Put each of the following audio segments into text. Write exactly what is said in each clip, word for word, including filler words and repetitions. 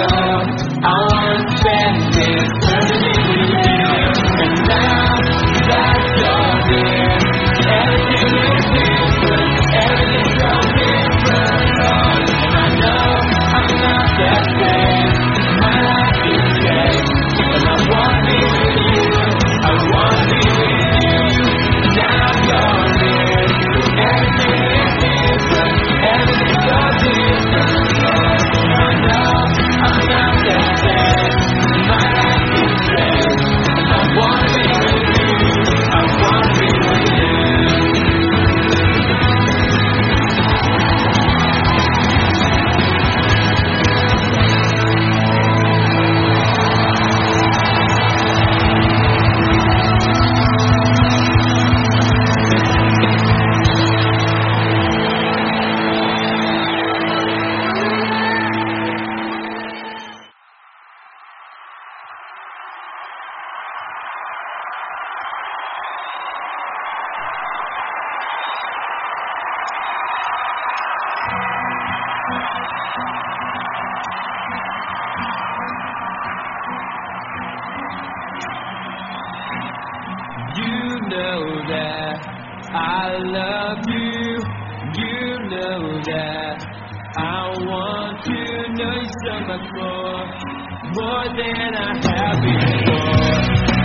I love you, you know that. I want to know you so much more, more than I have before.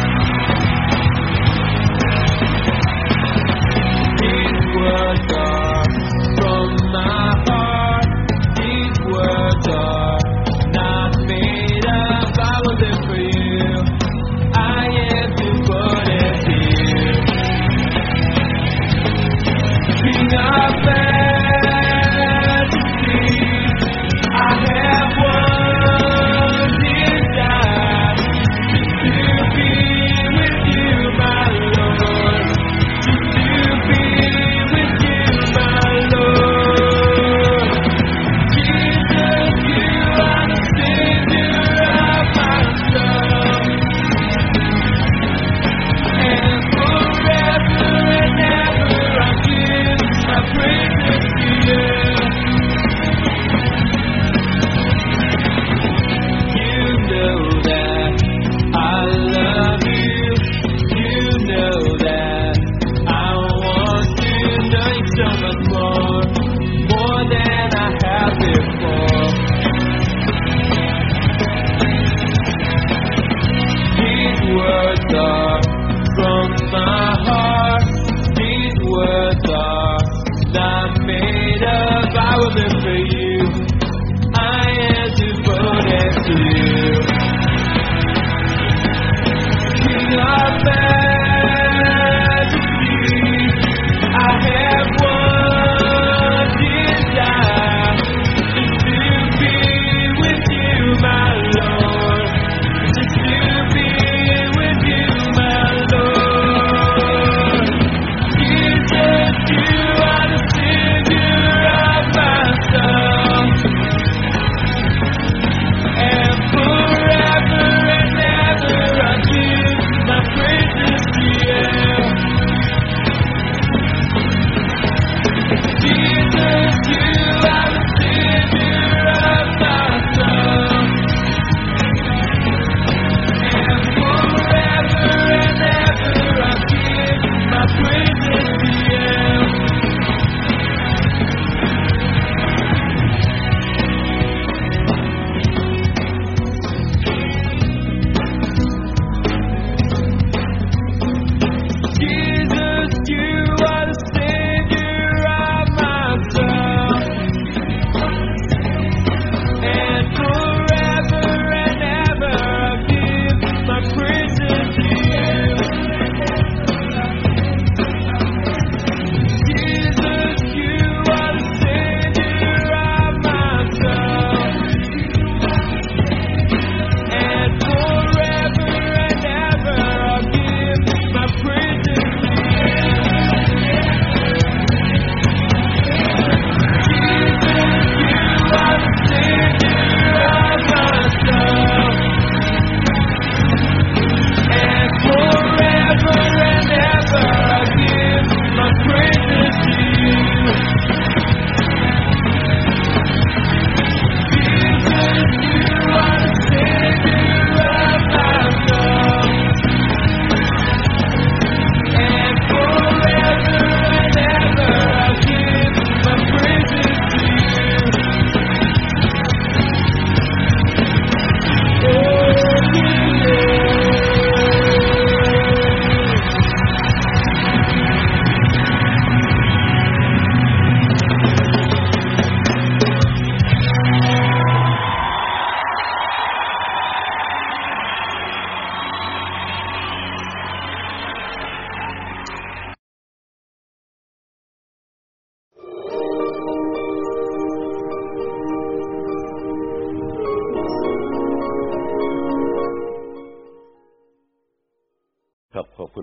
These words are from my heart, these words are not made up, I was there for you, I am devoted to you. King of majesty, I have one desire, to be with you, my Lord, to be with you, my Lord. Jesus, you are the Savior of my soul, and forever and ever I give my praises to you. You know that I love you. You know that I want to know you so much more, more than I have before. These words are from my heart. These words are not made up. I will live for you. I am devoted to you. King of majesty, I have one desire, to be with you, my Lord, just to be with you, my Lord. Jesus, you are the Savior of my soul.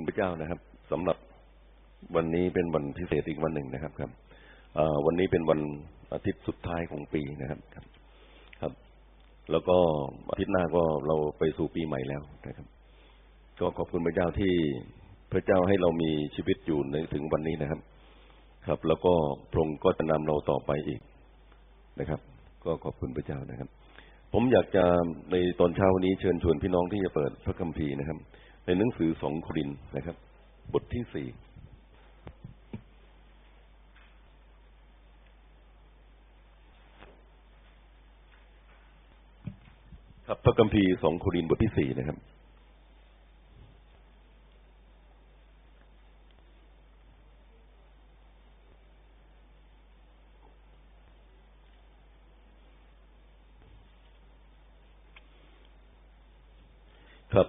พระเจ้านะครับสำหรับวันนี้เป็นวันพิเศษอีกวันหนึ่งนะครับครับวันนี้เป็นวันอาทิตย์สุดท้ายของปีนะครับครับแล้วก็อาทิตย์หน้าก็เราไปสู่ปีใหม่แล้วนะครับก็ขอบคุณพระเจ้าที่พระเจ้าให้เรามีชีวิตอยู่ในถึงวันนี้นะครับครับแล้วก็พระองค์ก็จะนำเราต่อไปอีกนะครับก็ขอบคุณพระเจ้านะครับผมอยากจะในตอนเช้าวันนี้เชิญชวนพี่น้องที่จะเปิดพระคัมภีร์นะครับในหนังสือสองโครินธ์นะครับบทที่สี่ครับพระคัมภีร์สองโครินธ์บทที่สี่นะครับครับ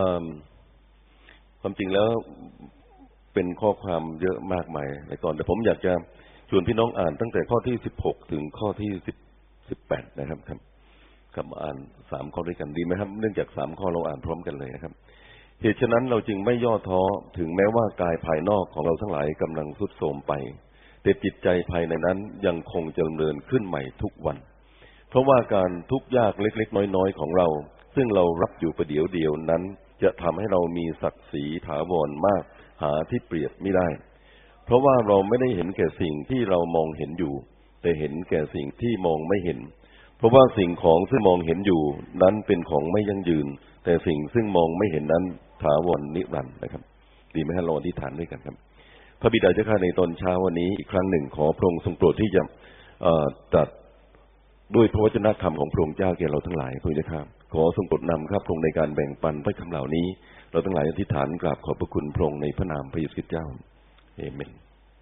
ความจริงแล้วเป็นข้อความเยอะมากมายในตอนแต่ผมอยากจะชวนพี่น้องอ่านตั้งแต่ข้อที่สิบหกถึงข้อที่สิบ สิบแปดนะครับครับครับอ่านสามข้อด้วยกันดีไหมครับเนื่องจากสามข้อเราอ่านพร้อมกันเลยนะครับเหตุฉะนั้นเราจึงไม่ย่อท้อถึงแม้ว่ากายภายนอกของเราทั้งหลายกำลังทรุดโทรมไปแต่จิตใจภายในนั้นยังคงเจริญขึ้นใหม่ทุกวันเพราะว่าการทุกข์ยากเล็กๆน้อยๆของเราซึ่งเรารับอยู่ประเดี๋ยวเดียวนั้นจะทำให้เรามีศักดิ์ศรีถาวรมากหาที่เปรียบไม่ได้เพราะว่าเราไม่ได้เห็นแก่สิ่งที่เรามองเห็นอยู่แต่เห็นแก่สิ่งที่มองไม่เห็นเพราะว่าสิ่งของซึ่งมองเห็นอยู่นั้นเป็นของไม่ยั่งยืนแต่สิ่งซึ่งมองไม่เห็นนั้นถาวรนิรันดร์นะครับดีไหมฮะเราอธิษฐานด้วยกันครับพระบิดาเจ้าข้าในตอนเช้าวันนี้อีกครั้งหนึ่งขอพระองค์ทรงโปรดที่จะตรัสด้วยพระวจนะคำของพระองค์เจ้าแก่เราทั้งหลายพระเจ้าข้าขอทรงโปรดนำครับพระองค์ในการแบ่งปันพระคำเหล่านี้เราทั้งหลายอธิษฐานกราบขอบพระคุณพระองค์ในพระนามพระเยซูคริสต์เจ้าเอเมน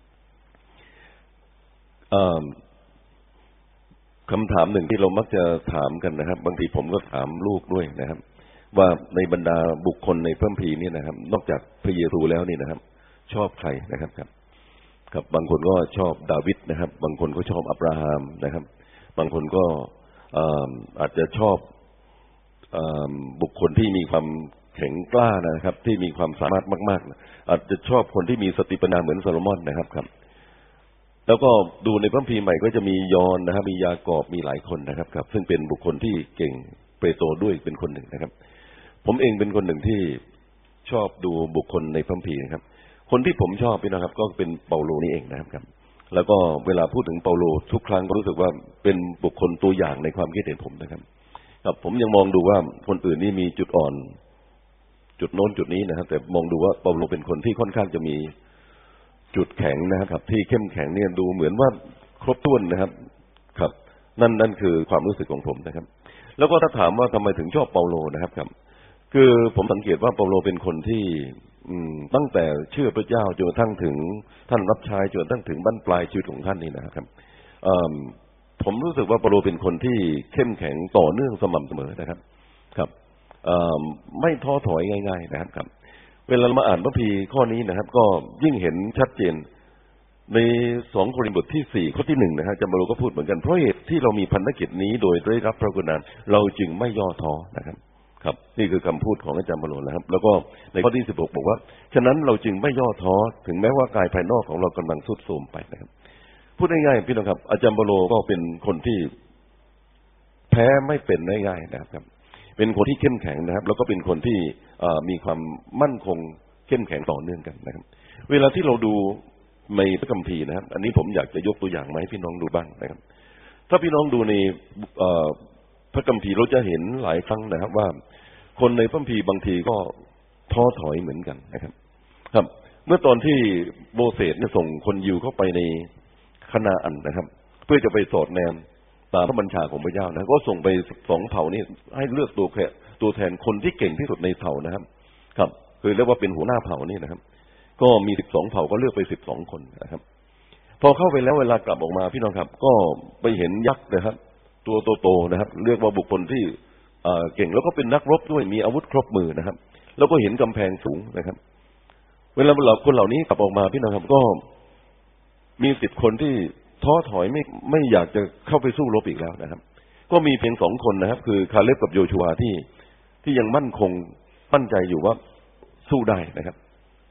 คำถามหนึ่งที่เรามักจะถามกันนะครับบางทีผมก็ถามลูกด้วยนะครับว่าในบรรดาบุคคลในพระคัมภีร์นี่นะครับนอกจากพระเยซูแล้วนี่นะครับชอบใครนะครับครับครับบางคนก็ชอบดาวิดนะครับบางคนก็ชอบอับราฮัมนะครับบางคนก็อาจจะชอบบุคคลที่มีความแข็งกล้านะครับที่มีความสามารถมากๆอาจจะชอบคนที่มีสติปัญญาเหมือนโซโลมอนนะครับครับแล้วก็ดูในพระคัมภีร์ใหม่ก็จะมียอห์นนะครับมียากอบมีหลายคนนะครับครับซึ่งเป็นบุคคลที่เก่งเปโตรด้วยเป็นคนหนึ่งนะครับผมเองเป็นคนหนึ่งที่ชอบดูบุคคลในพระคัมภีร์นะครับคนที่ผมชอบพี่นะครับก็เป็นเปาโลนี่เองนะครับครับแล้วก็เวลาพูดถึงเปาโลทุกครั้งก็รู้สึกว่าเป็นบุคคลตัวอย่างในความคิดเห็นผมนะครับครับผมยังมองดูว่าคนอื่นนี่มีจุดอ่อนจุดโน้นจุดนี้นะครับแต่มองดูว่าเปาโลเป็นคนที่ค่อนข้างจะมีจุดแข็งนะครับที่เข้มแข็งเนี่ยดูเหมือนว่าครบถ้วนนะครับครับนั่นนั่นคือความรู้สึกของผมนะครับแล้วก็ถ้าถามว่าทำไมถึงชอบเปาโลนะครับครับคือผมสังเกตว่าเปาโลเป็นคนที่ตั้งแต่เชื่อพระเจ้าจนกระทั่งถึงท่านรับใช้จนกระทั่งถึงบั้นปลายชีวิตของท่านนี่นะครับผมรู้สึกว่าเปาโลเป็นคนที่เข้มแข็งต่อเนื่องสม่ำเสมอนะครับครับไม่ท้อถอยง่ายๆนะครับครับเวลาเรามาอ่านพระคัมภีร์ข้อนี้นะครับก็ยิ่งเห็นชัดเจนในสองโครินธ์บทที่สี่ข้อที่หนึ่งนะฮะอาจารย์เปาโลก็พูดเหมือนกันเพราะเหตุที่เรามีพันธกิจนี้โดยได้รับพระกรุณาเราจึงไม่ย่อท้อนะครับครับนี่คือคำพูดของอาจารย์เปาโลนะครับแล้วก็ในข้อที่สิบหกบอกว่าฉะนั้นเราจึงไม่ย่อท้อถึงแม้ว่ากายภายนอกของเรากำลังทรุดโทรมไปนะครับพูดง่ายๆพี่น้องครับอาจารย์เปาโลก็เป็นคนที่แพ้ไม่เป็นง่ายๆนะครับเป็นคนที่เข้มแข็งนะครับแล้วก็เป็นคนที่มีความมั่นคงเข้มแข็งต่อเนื่องกันนะครับเวลาที่เราดูในพระคัมภีร์นะครับอันนี้ผมอยากจะยกตัวอย่างมาให้พี่น้องดูบ้างนะครับถ้าพี่น้องดูในพระคัมภีร์เราจะเห็นหลายครั้งนะครับว่าคนในพระคัมภีร์บางทีก็ท้อถอยเหมือนกันนะครับครับเมื่อตอนที่โมเสสเนี่ยส่งคนยิวเข้าไปในคานาอันนะครับเพื่อจะไปสอดแนมตามพระบัญชาของพระเจ้านะก็ส่งไปสองเผ่านี้ให้เลือกตัวแค่ตัวแทนคนที่เก่งที่สุดในเผ่านะครับครับคือเรียกว่าเป็นหัวหน้าเผ่านี่นะครับก็มีสิบสองเผ่าก็เลือกไปสิบสองคนนะครับพอเข้าไปแล้วเวลากลับออกมาพี่น้องครับก็ไปเห็นยักษ์นะครับตัวโตๆนะครับเรียกว่าบุคคลที่เก่งแล้วก็เป็นนักรบด้วยมีอาวุธครบมือนะครับแล้วก็เห็นกำแพงสูงนะครับเวลาเราคนเหล่านี้กลับออกมาพี่น้องครับก็มีสิบคนที่ท้อถอยไม่ไม่อยากจะเข้าไปสู้รบอีกแล้วนะครับก็มีเพียงสองคนนะครับคือคาเลบกับโยชูวาที่ที่ยังมั่นคงมั่นใจอยู่ว่าสู้ได้นะครับ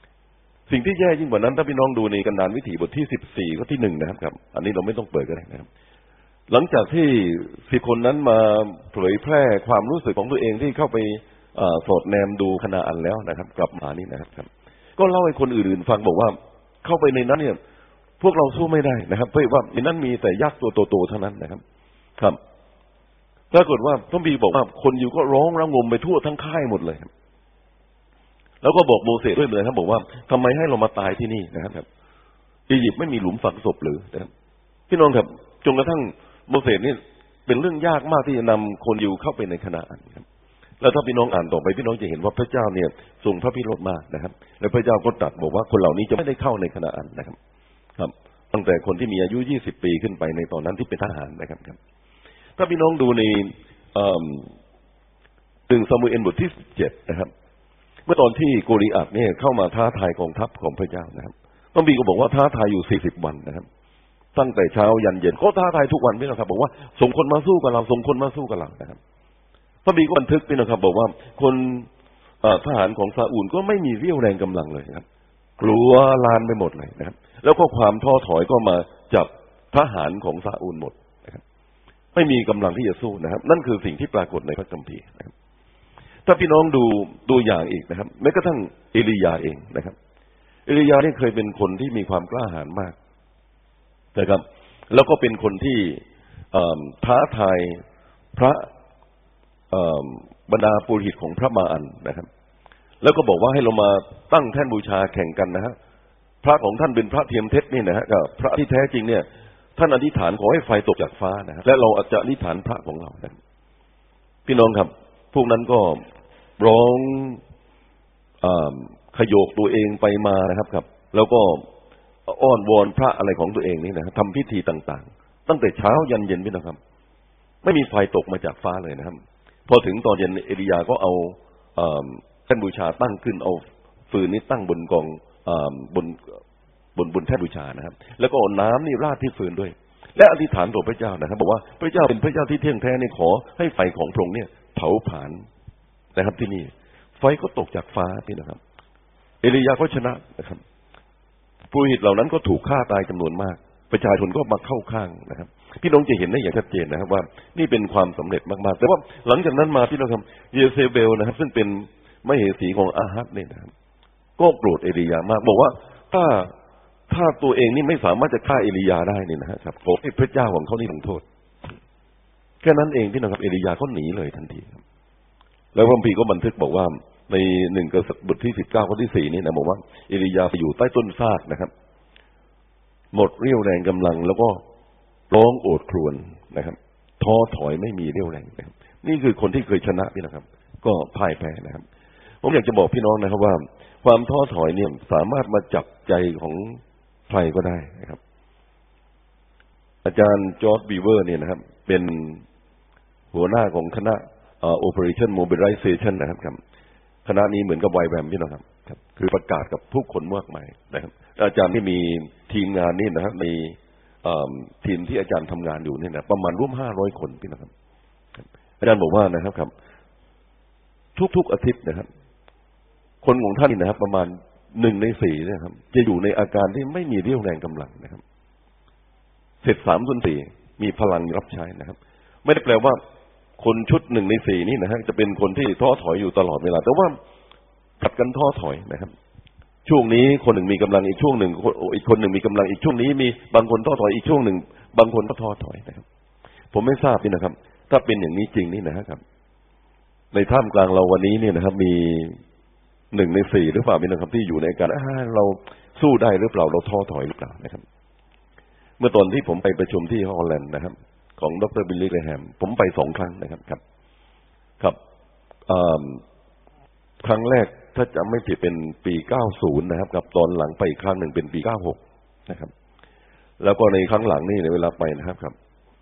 สิ่งที่แย่ยิ่งกว่านั้นถ้าพี่น้องดูในกันดารวิถีบทที่สิบสี่ข้อที่หนึ่งนะครับครับอันนี้เราไม่ต้องเปิดก็ได้นะครับหลังจากที่สิบคนนั้นมาเผยแพร่ความรู้สึกของตัวเองที่เข้าไปสอดแนมดูคณาอันแล้วนะครับกลับมานี่นะครับก็เล่าให้คนอื่นๆฟังบอกว่าเข้าไปในนั้นเนี่ยพวกเราสู้ไม่ได้นะครับเพราะว่าในนั้นมีแต่ยักษ์ตัวโตๆเท่านั้นนะครับครับปรากฏว่าพระบีบอกว่าคนอยู่ก็ร้องระงมไปทั่วทั้งค่ายหมดเลยแล้วก็บอกโมเสสด้วยเลยครับบอกว่าทำไมให้เรามาตายที่นี่นะครับอียิปต์ไม่มีหลุมฝังศพหรือนะครับพี่น้องครับจนกระทั่งโมเสสนี่เป็นเรื่องยากมากที่จะนำคนอยู่เข้าไปในคณาอันครับแล้วถ้าพี่น้องอ่านต่อไปพี่น้องจะเห็นว่าพระเจ้าเนี่ยทรงพระพิโรธมากนะครับและพระเจ้าก็ตรัสบอกว่าคนเหล่านี้จะไม่ได้เข้าในคณาอันนะครับครับตั้งแต่คนที่มีอายุยี่สิบปีขึ้นไปในตอนนั้นที่เป็นทหารนะครับครับถ้าพี่น้องดูในหนึ่งซามูเอลบทที่สิบเจ็ดนะครับเมื่อตอนที่โกลิอัทเนี่ยเข้ามาท้าทายกองทัพของพระเจ้านะครับพระบิดก็บอกว่าท้าทายอยู่สี่สิบวันนะครับตั้งแต่เช้ายันเย็นเขาท้าทายทุกวันพี่นะครับบอกว่าส่งคนมาสู้กับเราส่งคนมาสู้กับเรานะครับพระบิดก็บันทึกพี่นะครับบอกว่าคนทหารของซาอูลก็ไม่มีเรี่ยวแรงกำลังเลยครับกลัวลานไปหมดเลยนะครับแล้วก็ความท้อถอยก็มาจับทหารของซาอูลหมดนะครับไม่มีกำลังที่จะสู้นะครับนั่นคือสิ่งที่ปรากฏในพระคัมภีร์นะครับถ้าพี่น้องดูตัวอย่างอีกนะครับแม้กระทั่งเอลียาเองนะครับเอลียาเนี่ยเคยเป็นคนที่มีความกล้าหาญมากนะครับแล้วก็เป็นคนที่ท้าทายพระบรรดาปุโรหิตของพระมาอันนะครับแล้วก็บอกว่าให้เรามาตั้งแท่นบูชาแข่งกันนะฮะพระของท่านเป็นพระเทียมเท็จนี่นะฮะกับพระที่แท้จริงเนี่ยท่านอธิษฐานขอให้ไฟตกจากฟ้านะฮะและเราอาจจะอธิษฐานพระของเรานะพี่น้องครับพวกนั้นก็ร้องขยโยกตัวเองไปมานะครับครับแล้วก็อ้อนวอนพระอะไรของตัวเองนี่นะทำพิธีต่างๆตั้งแต่เช้ายันเย็นพี่น้องครับไม่มีไฟตกมาจากฟ้าเลยนะครับพอถึงตอนเย็นเอลียาก็เอาแท่นบูชาตั้งขึ้นเอาฟืนนี้ตั้งบนกองบนบนบนแท่นบูชานะครับแล้วก็เอาน้ำนี่ราดที่ฟืนด้วยและอธิษฐานต่อพระเจ้านะครับบอกว่าพระเจ้าเป็นพระเจ้าที่เที่ยงแท้นี่ขอให้ไฟของพระองค์เนี่ยเผาผลาญนะครับที่นี่ไฟก็ตกจากฟ้าพี่นะครับเอลียาก็ชนะนะครับปุโรหิตเหล่านั้นก็ถูกฆ่าตายจำนวนมากประชาชนก็มาเข้าข้างนะครับพี่น้องจะเห็นได้อย่างชัดเจนนะครับว่านี่เป็นความสำเร็จมากๆแต่ว่าหลังจากนั้นมาพี่น้องครับเยเซเบลนะครับซึ่งเป็นมเหสีของอาฮับเนี่ยนะครับก็โกรธเอลียามากบอกว่าถ้าถ้าตัวเองนี่ไม่สามารถจะฆ่าเอลียาได้นี่นะครับขอให้พระเจ้าของเขานี่ลงโทษแค่นั้นเองพี่น้องครับเอลียาก็หนีเลยทันทีแล้วพระคัมภีร์ก็บันทึกบอกว่าในหนึ่งกษัตริย์บทที่สิบเก้าข้อที่สี่นี่นะบอกว่าเอลียาไปอยู่ใต้ต้นซากนะครับหมดเรี่ยวแรงกำลังแล้วก็ร้องโอดครวญนะครับท้อถอยไม่มีเรี่ยวแรงนะครับนี่คือคนที่เคยชนะพี่นะครับก็พ่ายแพ้นะครับผมอยากจะบอกพี่น้องนะครับว่าความท้อถอยเนี่ยสามารถมาจับใจของใครก็ได้นะครับอาจารย์จอร์จบีเวอร์เนี่ยนะครับเป็นหัวหน้าของคณะOperation Mobilization นะครับคณะนี้เหมือนกับไวแวมพี่น้องครับคือประกาศกับผู้คนมากมายนะครับอาจารย์ที่มีทีมงานนี่นะครับในทีมที่อาจารย์ทำงานอยู่นี่นะประมาณร่วมห้าร้อยคนพี่น้องครับอาจารย์บอกว่านะครับครับทุกๆอาทิตย์นะครับคนของท่านนี่นะครับประมาณหนึ่งในสี่นะครับจะอยู่ในอาการที่ไม่มีเรี่ยวแรงกำลังนะครับเสร็จสามส่วนสี่มีพลังรับใช้นะครับไม่ได้แปลว่าคนชุดหนึ่งในสี่นี่นะฮะจะเป็นคนที่ท้อถอยอยู่ตลอดเวลาแต่ว่าผัดกันท้อถอยนะครับช่วงนี้คนหนึ่งมีกำลังอีกช่วงหนึ่งอีกคนหนึ่งมีกำลังอีกช่วงนี้มีบางคนท้อถอยอีกช่วงหนึ่งบางคนก็ท้อถอยนะครับผมไม่ทราบนี่นะครับถ้าเป็นอย่างนี้จริงนี่นะครับในท่ามกลางเราวันนี้เนี่ยนะครับมีหนึ่งในสี่หรือเปล่าพี่นะครับที่อยู่ในการเราสู้ได้หรือเปล่าเราท้อถอยหรือเปล่านะครับเมื่อตอนที่ผมไปประชุมที่ฮอลแลนด์นะครับของดร.บิลลี่ เกรแฮมผมไปสองครั้งนะครับครับครับครั้งแรกถ้าจำไม่ผิดเป็นปีเก้าสิบนะครับกับตอนหลังไปอีกครั้งหนึ่งเป็นปีเก้าสิบหกนะครับแล้วก็ในครั้งหลังนี่ในเวลาไปนะครับครับ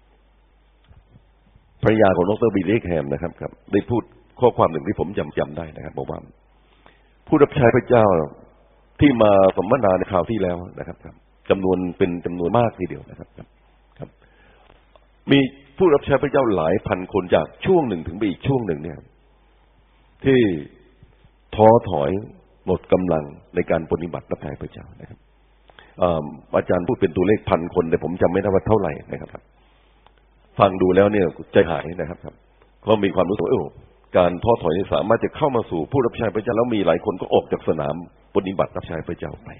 ภรรยาของดร.บิลลี่ เกรแฮมนะครับครับได้พูดข้อความหนึ่งที่ผมจำจำได้นะครับบอกว่าผู้รับใช้พระเจ้าที่มาสัมมนาในคราวที่แล้วนะครับครับจำนวนเป็นจำนวนมากทีเดียวนะครับครับมีผู้รับใช้พระเจ้าหลายพันคนจากช่วงหนึ่งถึงไปอีกช่วงหนึ่งเนี่ยที่ท้อถอยหมดกำลังในการปฏิบัติรับใช้พระเจ้านะครับอาจารย์พูดเป็นตัวเลขพันคนแต่ผมจำไม่ได้ว่าเท่าไหร่นะครับฟังดูแล้วเนี่ยใจหายนะครับก็มีความรู้สึกว่าการท้อถอยนี่สามารถจะเข้ามาสู่ผู้รับใช้พระเจ้าแล้วมีหลายคนก็ออกจากสนามปฏิบัติรับใช้พระเจ้าไป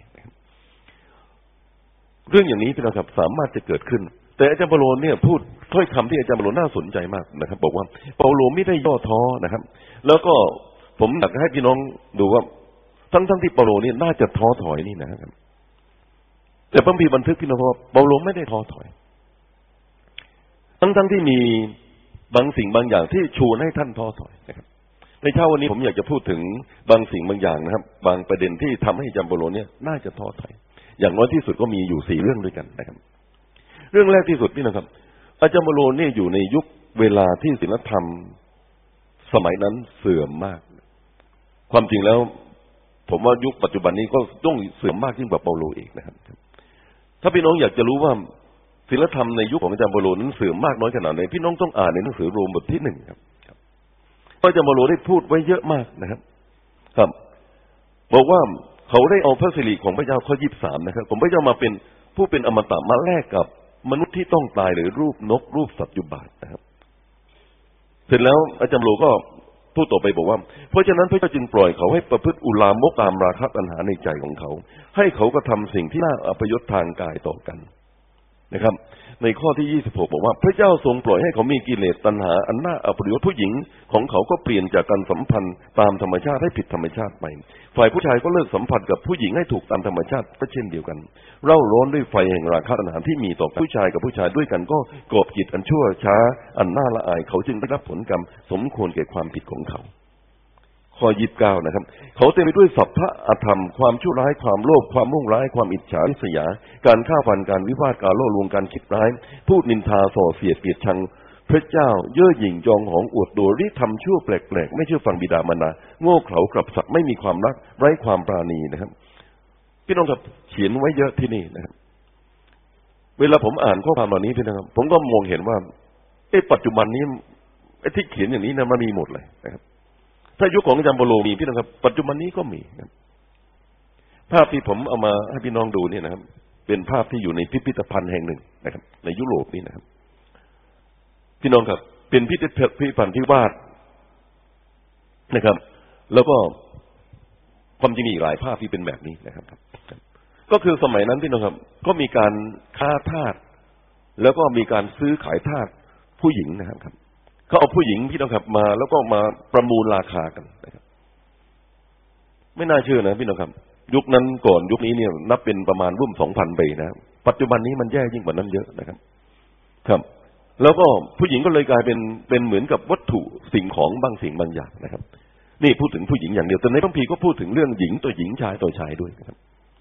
เรื่องอย่างนี้พี่น้องครับสามารถจะเกิดขึ้นแต่อาจารย์เปาโลเนี่ยพูดถ้อยคำที่อาจารย์เปาโลน่าสนใจมากนะครับบอกว่าเปาโลไม่ได้ย่อท้อนะครับแล้วก็ผมอยากให้พี่น้องดูว่าทั้งทั้งที่เปาโลเนี่ยน่าจะท้อถอยนี่นะครับแต่พระคัมภีร์บันทึกพี่น้องว่าเปาโลไม่ได้ท้อถอยทั้งทั้งที่มีบางสิ่งบางอย่างที่ชวนให้ท่านท้อถอยนะครับในเช้าวันนี้ผมอยากจะพูดถึงบางสิ่งบางอย่างนะครับบางประเด็นที่ทำให้อาจารย์เปาโลเนี่ยน่าจะท้อถอยอย่างน้อยที่สุดก็มีอยู่สี่เรื่องด้วยกันนะครับเรื่องแรกที่สุดพี่นะครับอาจารย์เปาโลเนี่ยอยู่ในยุคเวลาที่ศีลธรรมสมัยนั้นเสื่อมมากความจริงแล้วผมว่ายุคปัจจุบันนี้ก็ต้องเสื่อมมากยิ่งกว่าเปาโลอีกนะครับถ้าพี่น้องอยากจะรู้ว่าศีลธรรมในยุคของอาจารย์เปาโลนั้นเสื่อมมากน้อยขนาดไหนพี่น้องต้องอ่านในหนังสือโรมบทที่หนึ่งครับเพราะอาจารย์เปาโลได้พูดไว้เยอะมากนะครับครับบอกว่าเขาได้เอาพระสิริของพระเจ้าข้อยี่สิบสามนะครับผมพระเจ้ามาเป็นผู้เป็นอมตะมาแลกกับมนุษย์ที่ต้องตายหรือรูปนกรูปสัตว์ยุบาทนะครับเสร็จแล้วอาจารย์เปาโลก็พูดต่อไปบอกว่าเพราะฉะนั้นพระเจ้าจึงปล่อยเขาให้ประพฤติอุลามกตามราคะตัณหาในใจของเขาให้เขาก็ทำสิ่งที่น่าอัปยศทางกายต่อกันนะครับในข้อที่ยี่สิบหกบอกว่าพระเจ้าทรงปล่อยให้เขามีกิเลสตัณหาอันน่าอัปยศผู้หญิงของเขาก็เปลี่ยนจากการสัมพันธ์ตามธรรมชาติให้ผิดธรรมชาติไปฝ่ายผู้ชายก็เลิกสัมพันธ์กับผู้หญิงให้ถูกตามธรรมชาติก็เช่นเดียวกันเร่าร้อนด้วยไฟแห่งราคะตัณหาที่มีต่อกันผู้ชายกับผู้ชายด้วยกันก็กอบกิจอันชั่วช้าอันน่าละอายเขาจึงได้รับผลกรรมสมควรแก่ความผิดของเขาข้อยี่สิบเก้านะครับเขาเต็มไปด้วยสัพพะอธรรมความชั่วร้ายความโลภความมุ่งร้ายความอิจฉาริษยาการฆ่าฟันการวิวาทการล่อลวงการคิดร้ายพูดนินทาส่อเสียดเกลียดชังพระเจ้าเย่อหยิ่งจองหองอวดโดริทำชั่วแปลกๆไม่เชื่อฟังบิดามารดาโง่เขลากลับสัตว์ไม่มีความรักไร้ความปราณีนะครับพี่น้องครับเขียนไว้เยอะที่นี่นะครับเวลาผมอ่านข้อความเหล่านี้พี่น้องครับผมก็มองเห็นว่าไอ้ปัจจุบันนี้ไอ้ที่เขียนอย่างนี้นะมันมีหมดเลยนะครับถ้ายุคของอาจารย์เปาโลมีพี่น้องครับปัจจุบันนี้ก็มีครับภาพที่ผมเอามาให้พี่น้องดูเนี่ยนะครับเป็นภาพที่อยู่ในพิพิธภัณฑ์แห่งหนึ่งนะครับในยุโรปนี่นะครับพี่น้องครับเป็นพิพิธภัณฑ์ที่วาดนะครับแล้วก็ความจริงมีหลายภาพที่เป็นแบบนี้นะครับก็คือสมัยนั้นพี่น้องครับก็มีการค้าทาสแล้วก็มีการซื้อขายทาสผู้หญิงนะครับเขาเอาผู้หญิงพี่น้องครับมาแล้วก็มาประมูลราคากันนะครับไม่น่าเชื่อนะพี่น้องครับยุคนั้นก่อนยุคนี้เนี่ยนับเป็นประมาณร่วมสองพันปีนะปัจจุบันนี้มันแย่ยิ่งกว่านั้นเยอะนะครับครับแล้วก็ผู้หญิงก็เลยกลายเป็นเป็นเหมือนกับวัตถุสิ่งของบางสิ่งบางอย่างนะครับนี่พูดถึงผู้หญิงอย่างเดียวแต่ในพระคัมภีร์ก็พูดถึงเรื่องหญิงต่อหญิงชายต่อชายด้วยนะครับ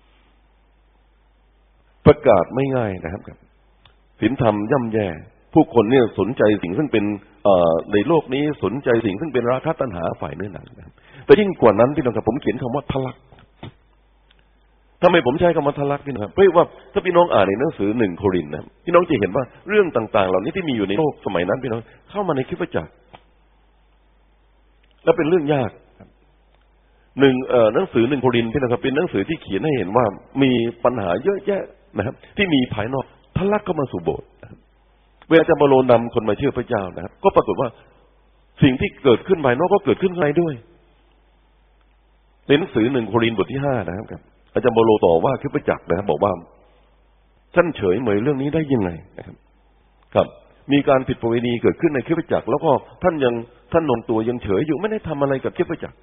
ประกาศไม่ง่ายนะครับศีลธรรมย่ำแย่ผู้คนเนี่ยสนใจสิ่งซึ่งเป็นในโลกนี้สนใจสิ่งซึ่งเป็นราคะตัณหาฝ่ายเนื้อหนังนะครับแต่ยิ่งกว่านั้นพี่น้องครับผมเขียนคำว่าทะลักทำไมผมใช้คำว่าทะลักพี่น้องครับเพราะว่าถ้าพี่น้องอ่านในหนังสือหนึ่งโครินธ์นะพี่น้องจะเห็นว่าเรื่องต่างๆเหล่านี้ที่มีอยู่ในโลกสมัยนั้นพี่น้องเข้ามาในคริสตจักรและเป็นเรื่องยากหนึ่งเอ่อหนังสือหนึ่งโครินธ์พี่น้องครับเป็นหนังสือที่เขียนให้เห็นว่ามีปัญหาเยอะแยะนะครับที่มีภายนอกทะลักเข้ามาสู่โบสถ์เวลาอาจารย์เปาโลนำคนมาเชื่อพระเจ้านะครับก็ปรากฏว่าสิ่งที่เกิดขึ้นภายนอกก็เกิดขึ้นในด้วยในหนังสือหนึ่งโครินธ์บทที่ห้านะครับอาจารย์เปาโลต่อว่าคริสตจักรนะครับบอกว่าท่านเฉยเมยเรื่องนี้ได้ยังไงนะครับครับมีการผิดประเวณีเกิดขึ้นในคริสตจักรแล้วก็ท่านยังท่านนงตัวยังเฉยอยู่ไม่ได้ทำอะไรกับคริสตจักร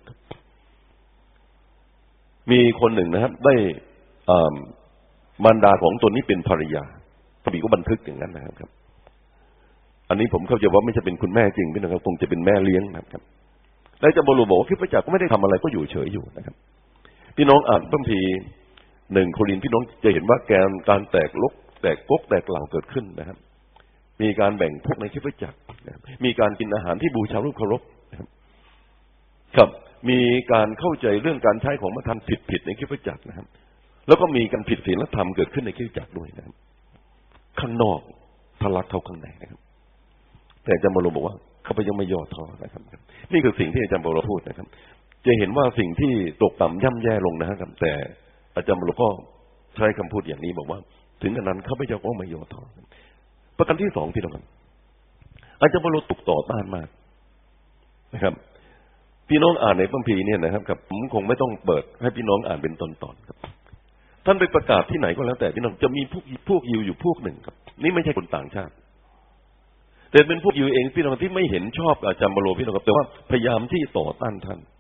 มีคนหนึ่งนะครับได้มารดาของตนนี้เป็นภรรยาพระบิดาก็บันทึกอย่างนั้นนะครับอันนี้ผมเข้าใจว่าไม่ใช่เป็นคุณแม่จริงพี่น้องครับคงจะเป็นแม่เลี้ยงนะครับแล้วอาจารย์เปาโลบอกว่าคริสตจักรก็ไม่ได้ทำอะไรก็อยู่เฉยอยู่นะครับพี่น้องอ่านพระคัมภีร์หนึ่งโครินธ์พี่น้องจะเห็นว่าแกนการแตกลกแตกกกแตกเหล่าเกิดขึ้นนะครับมีการแบ่งพวกในคริสตจักรมีการกินอาหารที่บูชารูปเคารพนะครับครับมีการเข้าใจเรื่องการใช้ของประทานผิดๆในคริสตจักรนะครับแล้วก็มีการผิดศีลธรรมเกิดขึ้นในคริสตจักรด้วยนะครับข้างนอกทะลักเข้าข้างในนะครับแต่อาจารย์เปาโลบอกว่าเขาไปยังไม่ย่อท้อนะครับนี่คือสิ่งที่อาจารย์เปาโลพูดนะครับจะเห็นว่าสิ่งที่ตกต่ำย่ำแย่ลงนะครับแต่อาจารย์บรก็ใช้คำพูดอย่างนี้บอกว่าถึงขนาดนั้นข้าพเจ้าก็ไม่ย่อท้อประการที่สองพี่น้องครับอาจารย์บรถูกต่อต้านมากนะครับพี่น้องอ่านในพระคัมภีร์เนี่ยนะครับครับผมคงไม่ต้องเปิดให้พี่น้องอ่านเป็นตอนๆครับท่านไปประกาศที่ไหนก็แล้วแต่พี่น้องจะมีพวกพวกยิวอยู่พวกหนึ่งครับนี่ไม่ใช่คนต่างชาติแต่เป็นพวกยิวเองพี่น้องที่ไม่เห็นชอบอาจารย์บรพี่น้องครับแต่ว่าพยายามที่ต่อต้านท่าน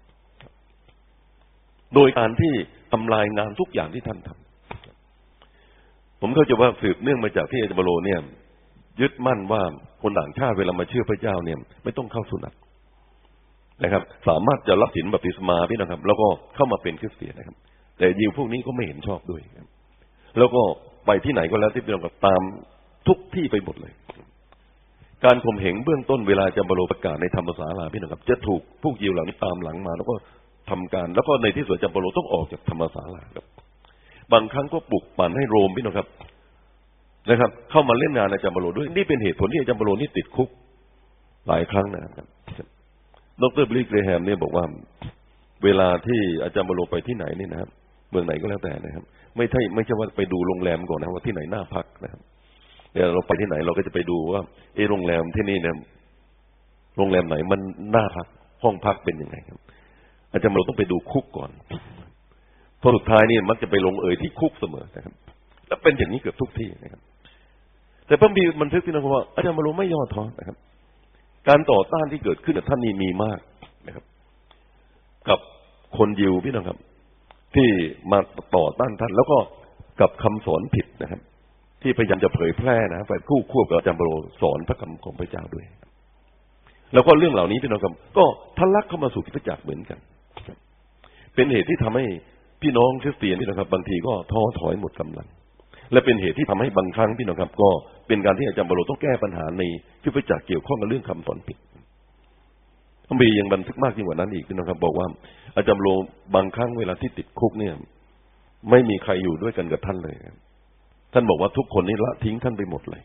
โดยการที่ทำลายงานทุกอย่างที่ท่านทำผมเข้าใจว่าสืบเนื่องมาจากที่อาจารย์บรเนี่ยยึดมั่นว่าคนต่างชาติเวลามาเชื่อพระเจ้าเนี่ยไม่ต้องเข้าสุนัตนะครับสามารถจะรับศีลบัพติศมาพี่นะครับแล้วก็เข้ามาเป็นคริสเตียนนะครับแต่ยิวพวกนี้ก็ไม่เห็นชอบด้วยแล้วก็ไปที่ไหนก็แล้วที่พี่น้องก็ตามทุกที่ไปหมดเลยการข่มเหงเบื้องต้นเวลาจะบรรลุประกาศในธรรมศาลาพี่น้องครับจะถูกพวกยิวเหล่านี้ตามหลังมาแล้วก็ทำการแล้วก็ในที่สุดจะบรรลุต้องออกจากธรรมศาลาครับบางครั้งก็ปลุกปั่นให้โรมพี่น้องครับนะครับเข้ามาเล่นงานอาจารย์บรรลุด้วยนี่เป็นเหตุผลที่อาจารย์บรรลุนี่ติดคุกหลายครั้งนะครับดร.บิลลี่ เกรแฮมเนี่ยบอกว่าเวลาที่อาจารย์บรรลุไปที่ไหนนี่นะครับเมืองไหนก็แล้วแต่นะครับไม่ใช่ไม่ใช่ว่าไปดูโรงแรมก่อนนะว่าที่ไหนน่าพักนะครับเดี๋ยวเราไปที่ไหนเราก็จะไปดูว่าเออโรงแรมที่นี่เนี่ยโรงแรมไหนมันน่าพักห้องพักเป็นยังไงครับอาจารย์บรรลุต้องไปดูคุกก่อนพอสุดท้ายนี่มักจะไปลงเอยที่คุกเสมอนะครับและเป็นอย่างนี้เกือบทุกที่นะครับแต่พระบิดาบันทึกที่นั่นว่าอาจารย์บรรลุไม่ย่อท้อนะครับการต่อต้านที่เกิดขึ้นกับท่านนี่มีมากนะครับกับคนยิวพี่น้องครับที่มาต่อต้านท่านแล้วก็กับคำสอนผิดนะครับที่พยายามจะเผยแพร่นะไปคู่ควบกับอาจารย์บรรลุสอนพระคำของพระเจ้าด้วยแล้วก็เรื่องเหล่านี้พี่น้องครับก็ทะลักเข้ามาสู่คริสตจักรเหมือนกันเป็นเหตุที่ทำให้พี่น้องคริสเตียนนี่นะครับบางทีก็ท้อถอยหมดกำลังและเป็นเหตุที่ทำให้บางครั้งพี่น้องครับก็เป็นการที่อาจารย์บรรลุต้องแก้ปัญหาในคริสตจักรเกี่ยวข้องกับเรื่องคำสอนผิดพระบียังบันทึกมากยิ่งกว่านั้นอีกพี่น้องครับบอกว่าอาจารย์บรรลุบางครั้งเวลาที่ติดคุกเนี่ยไม่มีใครอยู่ด้วยกันกับท่านเลยท่านบอกว่าทุกคนนี่ละทิ้งท่านไปหมดเลย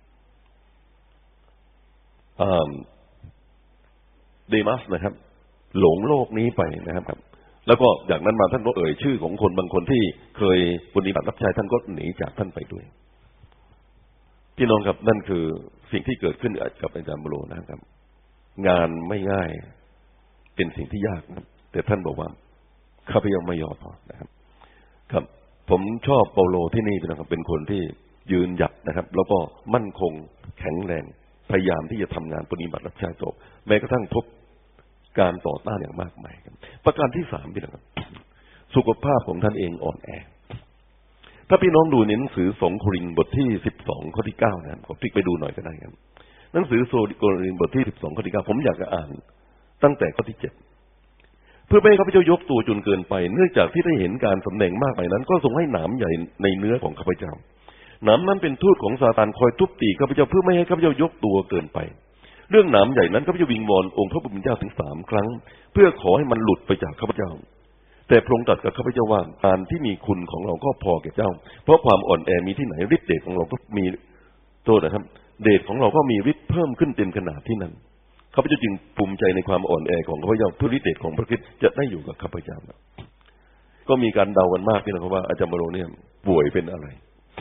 เดมัสนะครับหลงโลกนี้ไปนะครับแล้วก็จากนั้นมาท่านก็เอ่ยชื่อของคนบางคนที่เคยปฏิบัติรับใช้ท่านก็หนีจากท่านไปด้วยพี่น้องครับนั่นคือสิ่งที่เกิดขึ้นกับอาจารย์บรรลุนะครับงานไม่ง่ายเป็นสิ่งที่ยากนะแต่ท่านบอกว่าข้าพเจ้าไม่ย่อท้อนะครับครับผมชอบเปาโลที่นี่นะครับเป็นคนที่ยืนหยัดนะครับแล้วก็มั่นคงแข็งแรงพยายามที่จะทำงานปฏิบัติรับใช้ต่อแม้กระทั่งพบการต่อต้านอย่างมากมายครับประการที่สามพี่น้องครับสุขภาพของท่านเองอ่อนแอถ้าพี่น้องดูในหนังสือสองโครินธ์บทที่สิบสองข้อที่เก้านะครับขอพลิกไปดูหน่อยก็ได้ครับหนังสือโครินธ์บทที่สิบสองข้อที่เก้าผมอยากจะอ่านตั้งแต่ข้อที่เจ็ดเพื่อไม่ให้ข้าพเจ้ายกตัวจนเกินไปเนื่องจากที่ได้เห็นการสำแดงมากไปนั้นก็ทรงให้หนามใหญ่ในเนื้อของข้าพเจ้าหนามนั้นเป็นทูตของซาตานคอยทุบตีข้าพเจ้าเพื่อไม่ให้ข้าพเจ้ายกตัวเกินไปเรื่องหนามใหญ่นั้นข้าพเจ้าวิงวอนองค์พระผู้เป็นเจ้าถึงสามครั้งเพื่อขอให้มันหลุดไปจากข้าพเจ้าแต่พระองค์ตรัสกับข้าพเจ้าว่าการที่มีคุณของเราก็พอแก่เจ้าเพราะความอ่อนแอมีที่ไหนฤทธิ์เดชของเราก็มีโทษนะครับเดชของเราก็มีฤทธิ์เพิ่มขึ้นเต็มขนาดที่นั้นข้าพเจ้าจึงภูมิใจในความอ่อนแอของข้าพเจ้าเพื่อฤทธิ์เดชของพระคริสต์จะได้อยู่กับข้าพเจ้าก็มีการเดากันมากพี่น้องว่าอาจารย์บรรลุเนี่ยป่วยเป็นอะไร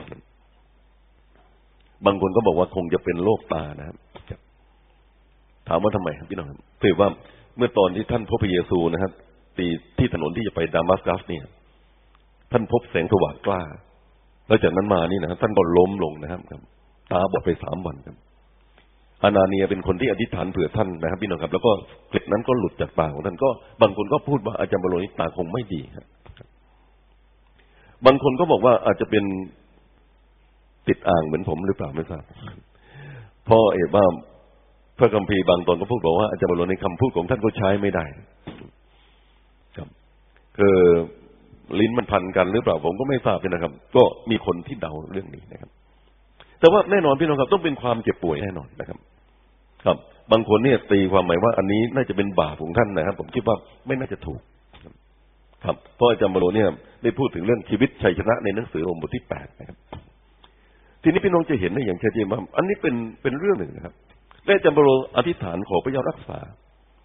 บางคนก็บอกว่าคงจะเป็นโรคตานะครับถามว่าทำไมครับพี่น้องครับเผื่อว่าเมื่อตอนที่ท่านพบพระเยซูนะครับตีที่ถนนที่จะไปดามัสกัสเนี่ยท่านพบแสงสว่างกล้าแล้วจากนั้นมานี่นะครับท่านก็ล้มลงนะครับตาบอดไปสามวันครับอานาเนียเป็นคนที่อธิษฐานเผื่อท่านนะครับพี่น้องครับแล้วก็เกล็ดนั้นก็หลุดจากตาของท่านก็บางคนก็พูดว่าอาจารย์บรรลุนี่ตาคงไม่ดีครับบางคนก็บอกว่าอาจจะเป็นติดอ่างเหมือนผมหรือเปล่าไม่ทราบเพราะเอ๋ว่าพระคัมภีร์บางตอนก็พูดบอกว่าอาจารย์บรรลุในคำพูดของท่านก็ใช้ไม่ได้ครับคือลิ้นมันพันกันหรือเปล่าผมก็ไม่ทราบนะครับก็มีคนที่เดาเรื่องนี้นะครับแต่ว่าแน่นอนพี่น้องครับต้องเป็นความเจ็บป่วยแน่นอนนะครับครับบางคนเนี่ยตีความหมายว่าอันนี้น่าจะเป็นบาปของท่านนะครับผมคิดว่าไม่น่าจะถูกครับเพราะอาจารย์บรรลุเนี่ยได้พูดถึงเรื่องชีวิตชัยชนะในหนังสือโรมบทที่แปดนะครับทีนี้พี่น้องจะเห็นได้อย่างชัดเจนว่าอันนี้เป็นเป็นเรื่องหนึ่งนะครับและอาจารย์บรรลุอธิษฐานขอพระเจ้ารักษา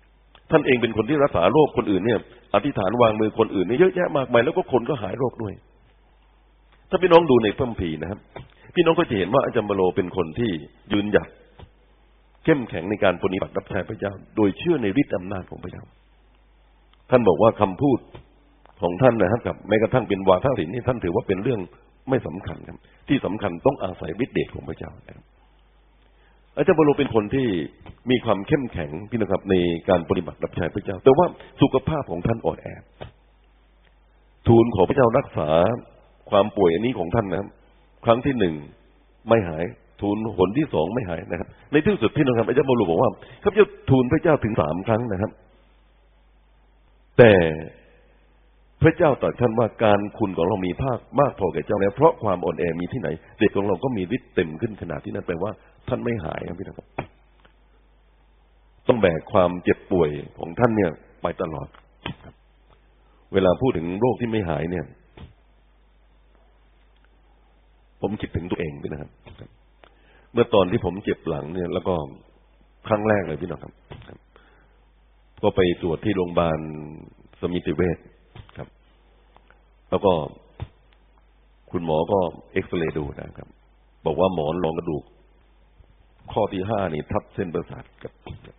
ท่านเองเป็นคนที่รักษาโรคคนอื่นเนี่ยอธิษฐานวางมือคนอื่นเนี่ยเยอะแยะมากมายแล้วก็คนก็หายโรคด้วยถ้าพี่น้องดูในพระคัมภีร์นะครับพี่น้องก็จะเห็นว่าอาจารย์เปโตรเป็นคนที่ยืนหยัดเข้มแข็งในการปฏิบัติรับใช้พระเจ้าโดยเชื่อในฤทธิ์อำนาจของพระเจ้าท่านบอกว่าคำพูดของท่านนะครับกับแม้กระทั่งเป็นวาทศิลป์นี่ท่านถือว่าเป็นเรื่องไม่สำคัญครับที่สำคัญต้องอาศัยฤทธิ์เดชของพระเจ้านะครับอาจารย์เปโตรเป็นคนที่มีความเข้มแข็งพี่น้องครับในการปฏิบัติรับใช้พระเจ้าแต่ว่าสุขภาพของท่านอ่อนแอทูลขอพระเจ้ารักษาความป่วยอันนี้ของท่านนะครับครั้งที่หนึ่งไม่หายทูลหนที่สองไม่หายนะครับในที่สุดพี่น้องครับอาจารย์เปโตรบอกว่าข้าพเจ้าทูลพระเจ้าถึงสามครั้งนะครับแต่พระเจ้าตรัสท่านว่าการคุณของเรามีภาคมากพอแก่เจ้าแล้วเพราะความอ่อนแอมีที่ไหนเด็กของเราก็มีฤทธิ์เต็มขึ้นขนาดที่นั่นแปลว่าท่านไม่หายครับพี่น้องครับต้องแบกความเจ็บป่วยของท่านเนี่ยไปตลอดเวลาพูดถึงโรคที่ไม่หายเนี่ยผมคิดถึงตัวเองพี่นะครับเมื่อตอนที่ผมเจ็บหลังเนี่ยแล้วก็ครั้งแรกเลยพี่น้องครับก็ไปตรวจที่โรงพยาบาลสมิติเวชครับแล้วก็คุณหมอก็เอ็กซเรย์ดูนะครับบอกว่าหมอนรองกระดูกข้อที่ห้านี่ทับเส้นประสาทกับ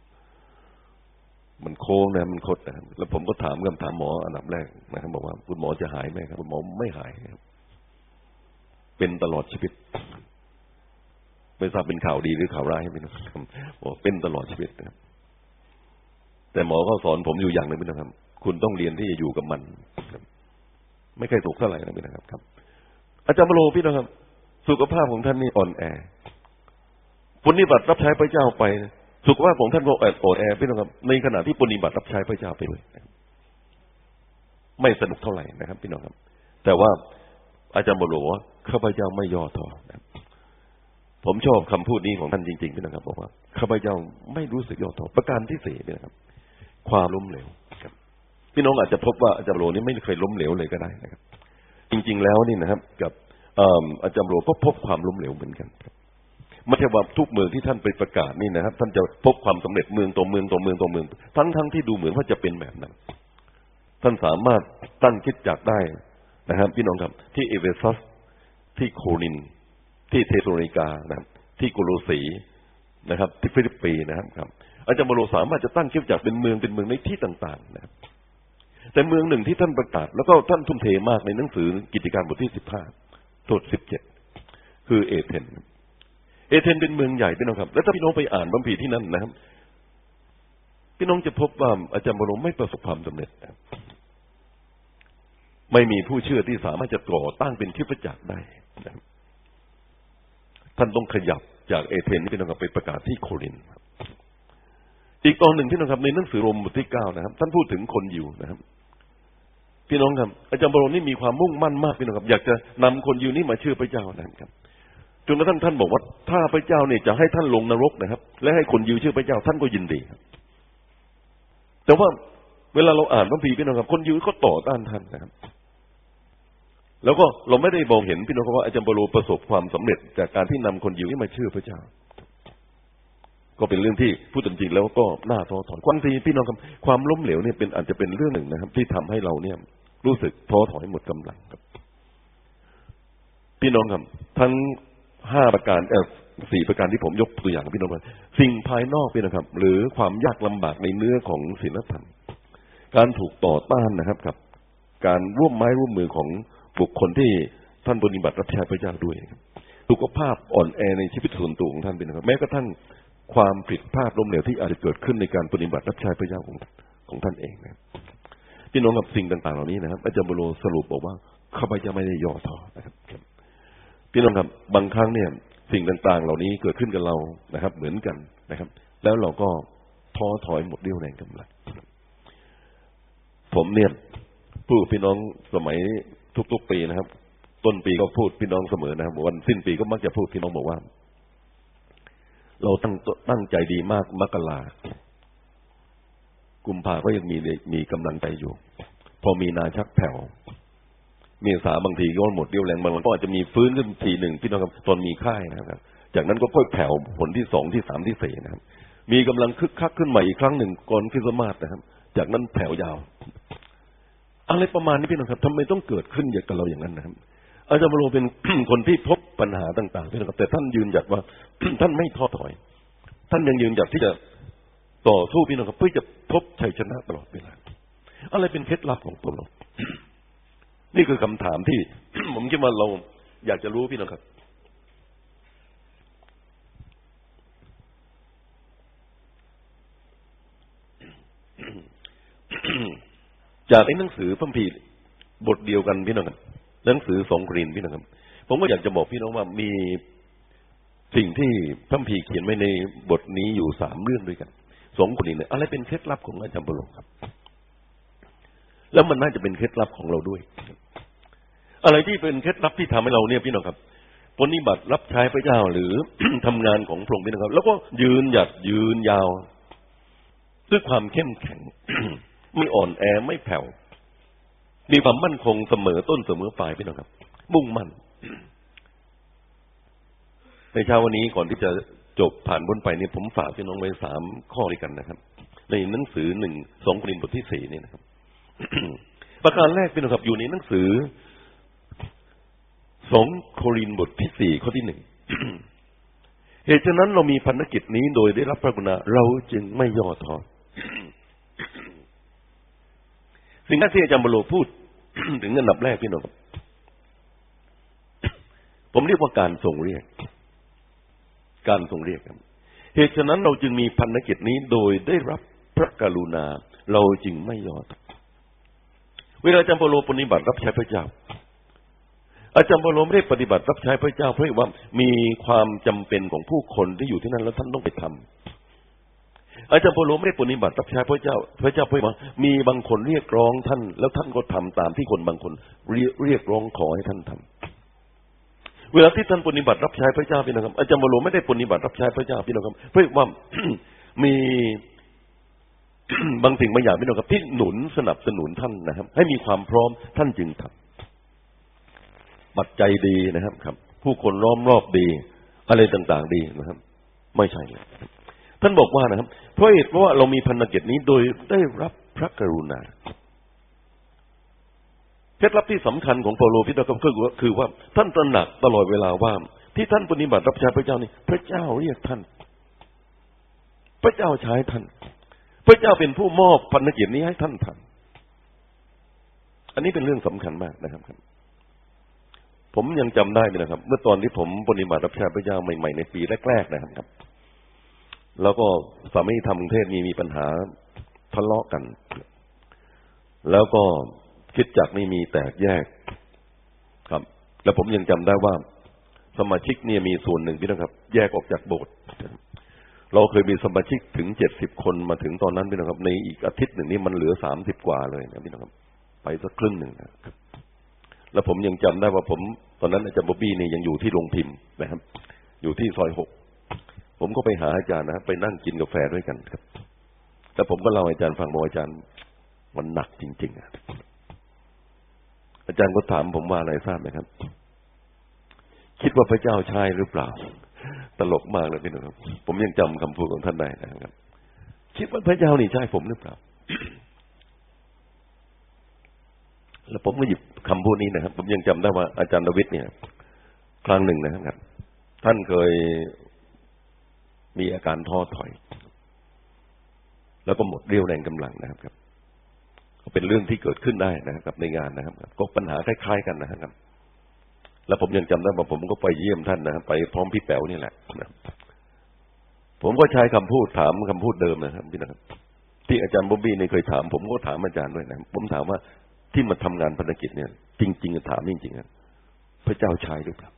มันโค้งนะมันคดนะครับแล้วผมก็ถามคำถามหมออันดับแรกนะครับบอกว่าคุณหมอจะหายไหมครับคุณหมอไม่หายครับเป็นตลอดชีวิตไม่ทราบเป็นข่าวดีหรือข่าวร้ายพี่นะครับบอกเป็นตลอดชีวิตนะครับแต่หมอก็สอนผมอยู่อย่างหนึ่งพี่นะครับคุณต้องเรียนที่จะอยู่กับมันไม่เคยถูกเท่าไหร่นะพี่นะครับครับอาจารย์เปโตรพี่นะครับสุขภาพของท่านนี่อ่อนแอปฏิบัติรับใช้พระเจ้าไปสุขภาพของท่านก็อ่อนแอพี่นะครับในขณะที่ปฏิบัติรับใช้พระเจ้าไปด้วยไม่สนุกเท่าไหร่นะครับพี่น้องครับแต่ว่าอาจารย์เปโตรว่าข้าพเจ้าไม่ย่อท้อนะผมชอบคำพูดนี้ของท่านจริงๆพี่นะครับบอกว่าข้าพเจ้าไม่รู้สึกย่อท้อประการที่สี่นี่นะครับความล้มเหลวครับพี่น้องอาจจะพบว่าอาจารย์เปโตรนี่ไม่เคยล้มเหลวเลยก็ได้นะครับจริงๆแล้วนี่นะครับกับอาจารย์เปโตรก็พบความล้มเหลวเหมือนกันไม่ใช่ว่าทุกเมืองที่ท่านไปประกาศนี่นะครับท่านจะพบความสำเร็จเมืองต่อเมืองต่อเมืองต่อเมืองทั้งๆที่ดูเหมือนว่าจะเป็นแบบนั้นท่านสามารถตั้งคริสตจักรได้นะครับพี่น้องครับที่เอเฟซัสที่โครินธ์ที่เทสโลนิกานะครับที่โกโลสีนะครับที่ฟิลิปปีนะครับอาจารย์เปโตรสามารถจะตั้งคริสตจักรเป็นเมืองเป็นเมืองในที่ต่างๆนะครับแต่เมืองหนึ่งที่ท่านประกาศแล้วก็ท่านทุ่มเทมากในหนังสือกิจการบทที่สิบห้าบทสิบเจ็ดคือเอเธนเอเธนเป็นเมืองใหญ่พี่น้องครับแล้วถ้าพี่น้องไปอ่านบัมพีที่นั่นนะครับพี่น้องจะพบว่าอาจารย์เปโตรไม่ประสบความสำเร็จไม่มีผู้เชื่อที่สามารถจะก่อตั้งเป็นคริสตจักรได้ท่านต้องขยับจากเอเธนนี่พี่น้องครับไปประกาศที่โครินธ์อีกตอนหนึ่งพี่น้องครับในหนังสือโรมบทที่เก้านะครับท่านพูดถึงคนยิวนะครับพี่น้องครับอาจารย์เปโตรนี่มีความมุ่งมั่นมากพี่น้องครับอยากจะนำคนยิวนี่มาเชื่อพระเจ้านะครับจนกระทั่งท่านบอกว่าถ้าพระเจ้าเนี่ยจะให้ท่านลงนรกนะครับและให้คนยิวเชื่อพระเจ้าท่านก็ยินดีครับแต่ว่าเวลาเราอ่านพระคัมภีร์พี่น้องครับคนยิวก็ต่อต้านท่านนะครับแล้วก็เราไม่ได้มองเห็นพี่น้องว่าอาจารย์เปโตรประสบความสำเร็จจากการที่นำคนยิวให้มาเชื่อพระเจ้าก็เป็นเรื่องที่พูดจริงๆแล้วก็น่าท้อถอยบางทีพี่น้องครับความล้มเหลวเนี่ยเป็นอาจจะเป็นเรื่องหนึ่งนะครับที่ทำให้เราเนี่ยรู้สึกท้อถอยหมดกำลังครับพี่น้องครับทั้งห้าประการเออสี่ประการที่ผมยกตัวอย่างพี่น้องว่าสิ่งภายนอกพี่นะครับหรือความยากลำบากในเนื้อของศีลธรรมการถูกต่อต้านนะครับกับการร่วมไม้ร่วมมือของบุคคลที่ท่านปฏิบัติรับใช้พระเจ้าด้วยสุขภาพอ่อนแอในชีวิตส่วนตัวของท่านเป็นนะครับแม้กระทั่งความผิดพลาดล้มเหลวที่อาจจะเกิดขึ้นในการปฏิบัติรับใช้พระเจ้าของของท่านเองนะพี่น้องกับสิ่งต่างๆเหล่านี้นะครับอาจารย์เปโตรสรุปบอกว่าข้าพเจ้าไม่ได้ย่อท้อนะครับพี่น้องครับบางครั้งเนี่ยสิ่งต่างๆเหล่านี้เกิดขึ้นกับเรานะครับเหมือนกันนะครับแล้วเราก็ท้อถอยหมดเรี่ยวแรงกำลังผมเนี่ยพูดพี่น้องสมัยทุกๆปีนะครับต้นปีก็พูดพี่น้องเสมอนะครับวันสิ้นปีก็มักจะพูดพี่น้องบอกว่าเราตั้งตั้งใจดีมากมกรากุมภาก็ยังมีมีกำลังใจอยู่พอมีนาชักแผ่วเมษาบางทีก็หมดเรี่ยวแรงบางวันก็อาจจะมีฟื้นขึ้นทีหนึ่งพี่น้องครับตอนมีไข้นะครับจากนั้นก็ค่อยแผ่วผลที่สองที่สามที่สี่นะครับมีกำลังคึกคักขึ้นใหม่อีกครั้งหนึ่งก่อนคริสต์มาสนะครับจากนั้นแผ่วยาวอะไรประมาณนี้พี่น้องครับทำไมต้องเกิดขึ้นอย่างกับเราอย่างนั้นนะครับอาจารย์บรมเป็น คนที่พบปัญหาต่างๆพี่น้องครับแต่ท่านยืนหยัดว่า ท่านไม่ท้อถอยท่านยังยืนหยัดที่จะต่อสู้พี่น้องครับเพื่อจะพบชัยชนะตลอดเวลาอะไรเป็นเคล็ดลับของตัวเรา นี่คือคำถามที่ ผมคิดว่าเราอยากจะรู้พี่น้องครับจากในหนังสือพระคัมภีร์บทเดียวกันพี่น้องครับหนังสือสองโครินธ์พี่น้องครับผมก็อยากจะบอกพี่น้องว่ามีสิ่งที่พระคัมภีร์เขียนไว้ในบทนี้อยู่สามเรื่องด้วยกันสองโครินธ์เนี่ยอะไรเป็นเคล็ดลับของอาจารย์เปาโลครับแล้วมันน่าจะเป็นเคล็ดลับของเราด้วยอะไรที่เป็นเคล็ดลับที่ทำให้เราเนี่ยพี่น้องครับปฏิบัติรับใช้พระเจ้าหรือ ทำงานของพระองค์พี่น้องครับแล้วก็ยืนหยัดยืนยาวด้วยความเข้มแข็ง ไม่อ่อนแอไม่แผ่วมีความมั่นคงเสมอต้นเสมอปลายพี่น้องครับมุ่งมั่น ในเช้าวันนี้ก่อนที่จะจบผ่านพ้นไปเนี่ยผมฝากพี่น้องไว้สามข้อด้วยกันนะครับในหนังสือหนึ่งสองโครินธ์บทที่สี่นี่นะครับ ประการแรกพี่น้องครับอยู่ในหนังสือสองโครินธ์บทที่สี่ข้อที่หนึ่ง เหตุฉะนั้นเรามีภารกิจนี้โดยได้รับพระกรุณาเราจึงไม่ย่อท้อ สิ่งที่อาจารย์เปาโลพูด ถึงอันดับแรกพี่น้องครับผมเรียกว่าการทรงเรียกการทรงเรียกครับเหตุฉะนั้นเราจึงมีภารกิจนี้โดยได้รับพระกรุณาเราจึงไม่ย่อท้อเวลาอาจารย์เปาโลปฏิบัติรับใช้พระเจ้าอาจารย์เปาโลไม่ได้ปฏิบัติรับใช้พระเจ้าเพราะว่ามีความจำเป็นของผู้คนที่อยู่ที่นั่นแล้วท่านต้องไปทำอาจารย์เปาโลไม่ได้ปฏิบัติรับใช้พระเจ้าพระเจ้าเพราะว่ามีบางคนเรียกร้องท่านแล้วท่านก็ทำตามที่คนบางคนเรียกร้องขอให้ท่านทำเวลาที่ท่านปฏิบัติรับใช้พระเจ้าพี่น้องครับอาจารย์เปาโลไม่ได้ปฏิบัติรับใช้พระเจ้าพี่น้องครับเพราะว่า มีบางสิ่งบางอย่างพี่น้องครับที่หนุนสนับสนุนท่านนะครับให้มีความพร้อมท่านจึงทำปัจจัยดีนะครับครับผู้คนล้อมรอบดีอะไรต่างๆดีนะครับไม่ใช่เลยท่านบอกว่านะครับเพราะเหตุเพราะว่าเรามีภารกิจนี้โดยได้รับพระกรุณาเคล็ดลับที่สำคัญของเปาโลพี่น้องครับก็คือว่าท่านตระหนักตลอดเวลาว่าที่ท่านปฏิบัติรับใช้พระเจ้านี่พระเจ้าเรียกท่านพระเจ้าใช้ท่านพระเจ้าเป็นผู้มอบภารกิจนี้ให้ท่านทำอันนี้เป็นเรื่องสำคัญมากนะครับผมยังจำได้เลยนะครับเมื่อตอนที่ผมปฏิบัติรับใช้พระเจ้าใหม่ๆในปีแรกๆนะครับแล้วก็สามีธรรมกรุงเทพมีมีปัญหาทะเลาะกันแล้วก็คริสตจักรนี่มีแตกแยกครับแล้วผมยังจำได้ว่าสมาชิกเนี่ยมีส่วนหนึ่งพี่นะครับแยกออกจากโบสถ์เราเคยมีสมาชิกถึงเจ็ดสิบคนมาถึงตอนนั้นพี่นะครับในอีกอาทิตย์หนึ่งนี่มันเหลือสามสิบกว่าเลยนะพี่นะครับไปสักครึ่งหนึ่งนะครับแล้วผมยังจำได้ว่าผมตอนนั้นอาจารย์บ๊อบบี้นี่ยังอยู่ที่โรงพิมพ์นะครับอยู่ที่ซอยหกผมก็ไปหาอาจารย์นะครับไปนั่งกินกาแฟด้วยกันครับแล้วผมก็เล่าให้อาจารย์ฟังบอกอาจารย์มันหนักจริงๆอ่ะอาจารย์ก็ถามผมว่าอะไรทราบไหมครับคิดว่าพระเจ้าใช่หรือเปล่าตลกมากเลยพี่น้องครับผมยังจำคำพูดของท่านได้นะครับคิดว่าพระเจ้านี่ใช่ผมหรือเปล่า แล้วผมก็หยิบคำพูดนี้นะครับผมยังจำได้ว่าอาจารย์ดวิดเนี่ยครั้งหนึ่งนะครับท่านเคยมีอาการท้อถอยแล้วก็หมดเรี่ยวแรงกำลังนะครับเป็นเรื่องที่เกิดขึ้นได้นะครับในงานนะครับก็ปัญหาคล้ายๆกันนะครับแล้วผมยังจำได้ว่าผมก็ไปเยี่ยมท่านนะครับไปพร้อมพี่แป๋วนี่แหละนะผมก็ใช้คำพูดถามคำพูดเดิมนะครับพี่นะครับที่อาจารย์บ๊อบบี้เนี่ยเคยถามผมก็ถามอาจารย์ด้วยนะผมถามว่าที่มาทำงานภารกิจเนี่ยจริงๆถามจริงๆนะพระเจ้าใช้หรือเปล่า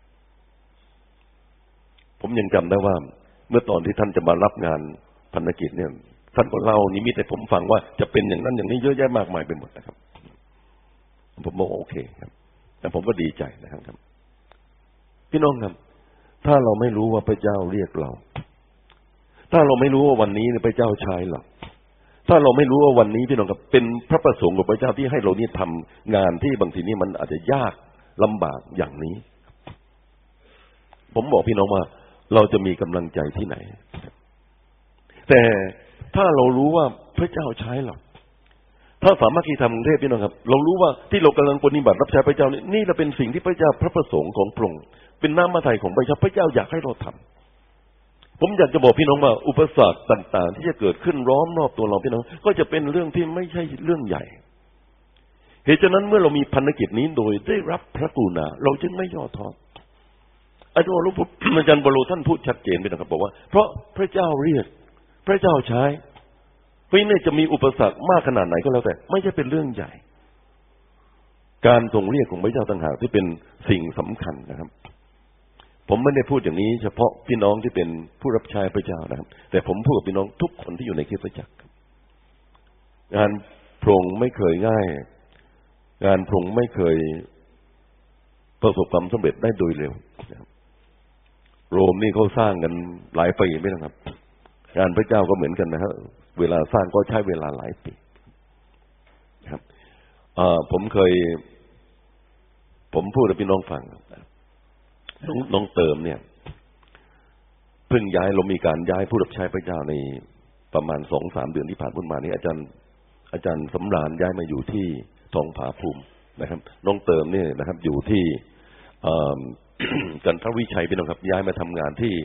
ผมยังจำได้ว่าเมื่อตอนที่ท่านจะมารับงานภารกิจเนี่ยท่านก็เล่านิมิตให้ผมฟังว่าจะเป็นอย่างนั้นอย่างนี้เยอะแยะมากมายไปหมดนะครับผมบอกโอเคครับแต่ผมก็ดีใจนะครับพี่น้องครับถ้าเราไม่รู้ว่าพระเจ้าเรียกเราถ้าเราไม่รู้ว่าวันนี้พระเจ้าใช้เราถ้าเราไม่รู้ว่าวันนี้พี่น้องครับเป็นพระประสงค์ของพระเจ้าที่ให้เรานี่ทำงานที่บางทีนี่มันอาจจะยากลำบากอย่างนี้ผมบอกพี่น้องว่าเราจะมีกำลังใจที่ไหนแต่ถ้าเรารู้ว่าพระเจ้าใช้เราถ้าสามัคคีธรรมกรุงเทพพี่น้องครับเรารู้ว่าที่เรากำลังปฏิบัติรับใช้พระเจ้านี่นี่เราเป็นสิ่งที่พระเจ้าพระประสงค์ของพระองค์เป็นน้ำพระทัยของพระเจ้าพระเจ้าอยากให้เราทำผมอยากจะบอกพี่น้องว่าอุปสรรคต่างๆที่จะเกิดขึ้นล้อมรอบตัวเราพี่น้องก็จะเป็นเรื่องที่ไม่ใช่เรื่องใหญ่เหตุฉะนั้นเมื่อเรามีภารกิจนี้โดยได้รับพระกรุณาเราจึงไม่ย่อท้ออาจารย์บรมอาจารย์บรมท่านพูดชัดเจนไปนะครับบอกว่าเพราะพระเจ้าเรียกพระเจ้าใช้เพราะนี่จะมีอุปสรรคมากขนาดไหนก็แล้วแต่ไม่ใช่เป็นเรื่องใหญ่การทรงเรียกของพระเจ้าต่างหากที่เป็นสิ่งสำคัญนะครับผมไม่ได้พูดอย่างนี้เฉพาะพี่น้องที่เป็นผู้รับใช้พระเจ้านะครับแต่ผมพูดกับพี่น้องทุกคนที่อยู่ในคริสตจักร งานพระองค์ไม่เคยง่ายงานพระองค์ไม่เคยประสบความสำเร็จได้โดยเร็วโรมนี่เขาสร้างกันหลายปีไม่นะครับงานพระเจ้าก็เหมือนกันนะครับเวลาสร้างก็ใช้เวลาหลายปีครับผมเคยผมพูดให้พี่น้องฟังน้องเติมเนี่ยเพิ่งย้ายเรามีการย้ายผู้รับใช้พระเจ้าในประมาณสองสามเดือนที่ผ่านมานี้อาจารย์อาจารย์สำราญย้ายมาอยู่ที่ทองผาภูมินะครับน้องเติมเนี่ยนะครับอยู่ที่กันทวิชัยพี่น้องครับย้ายมาทำงานที่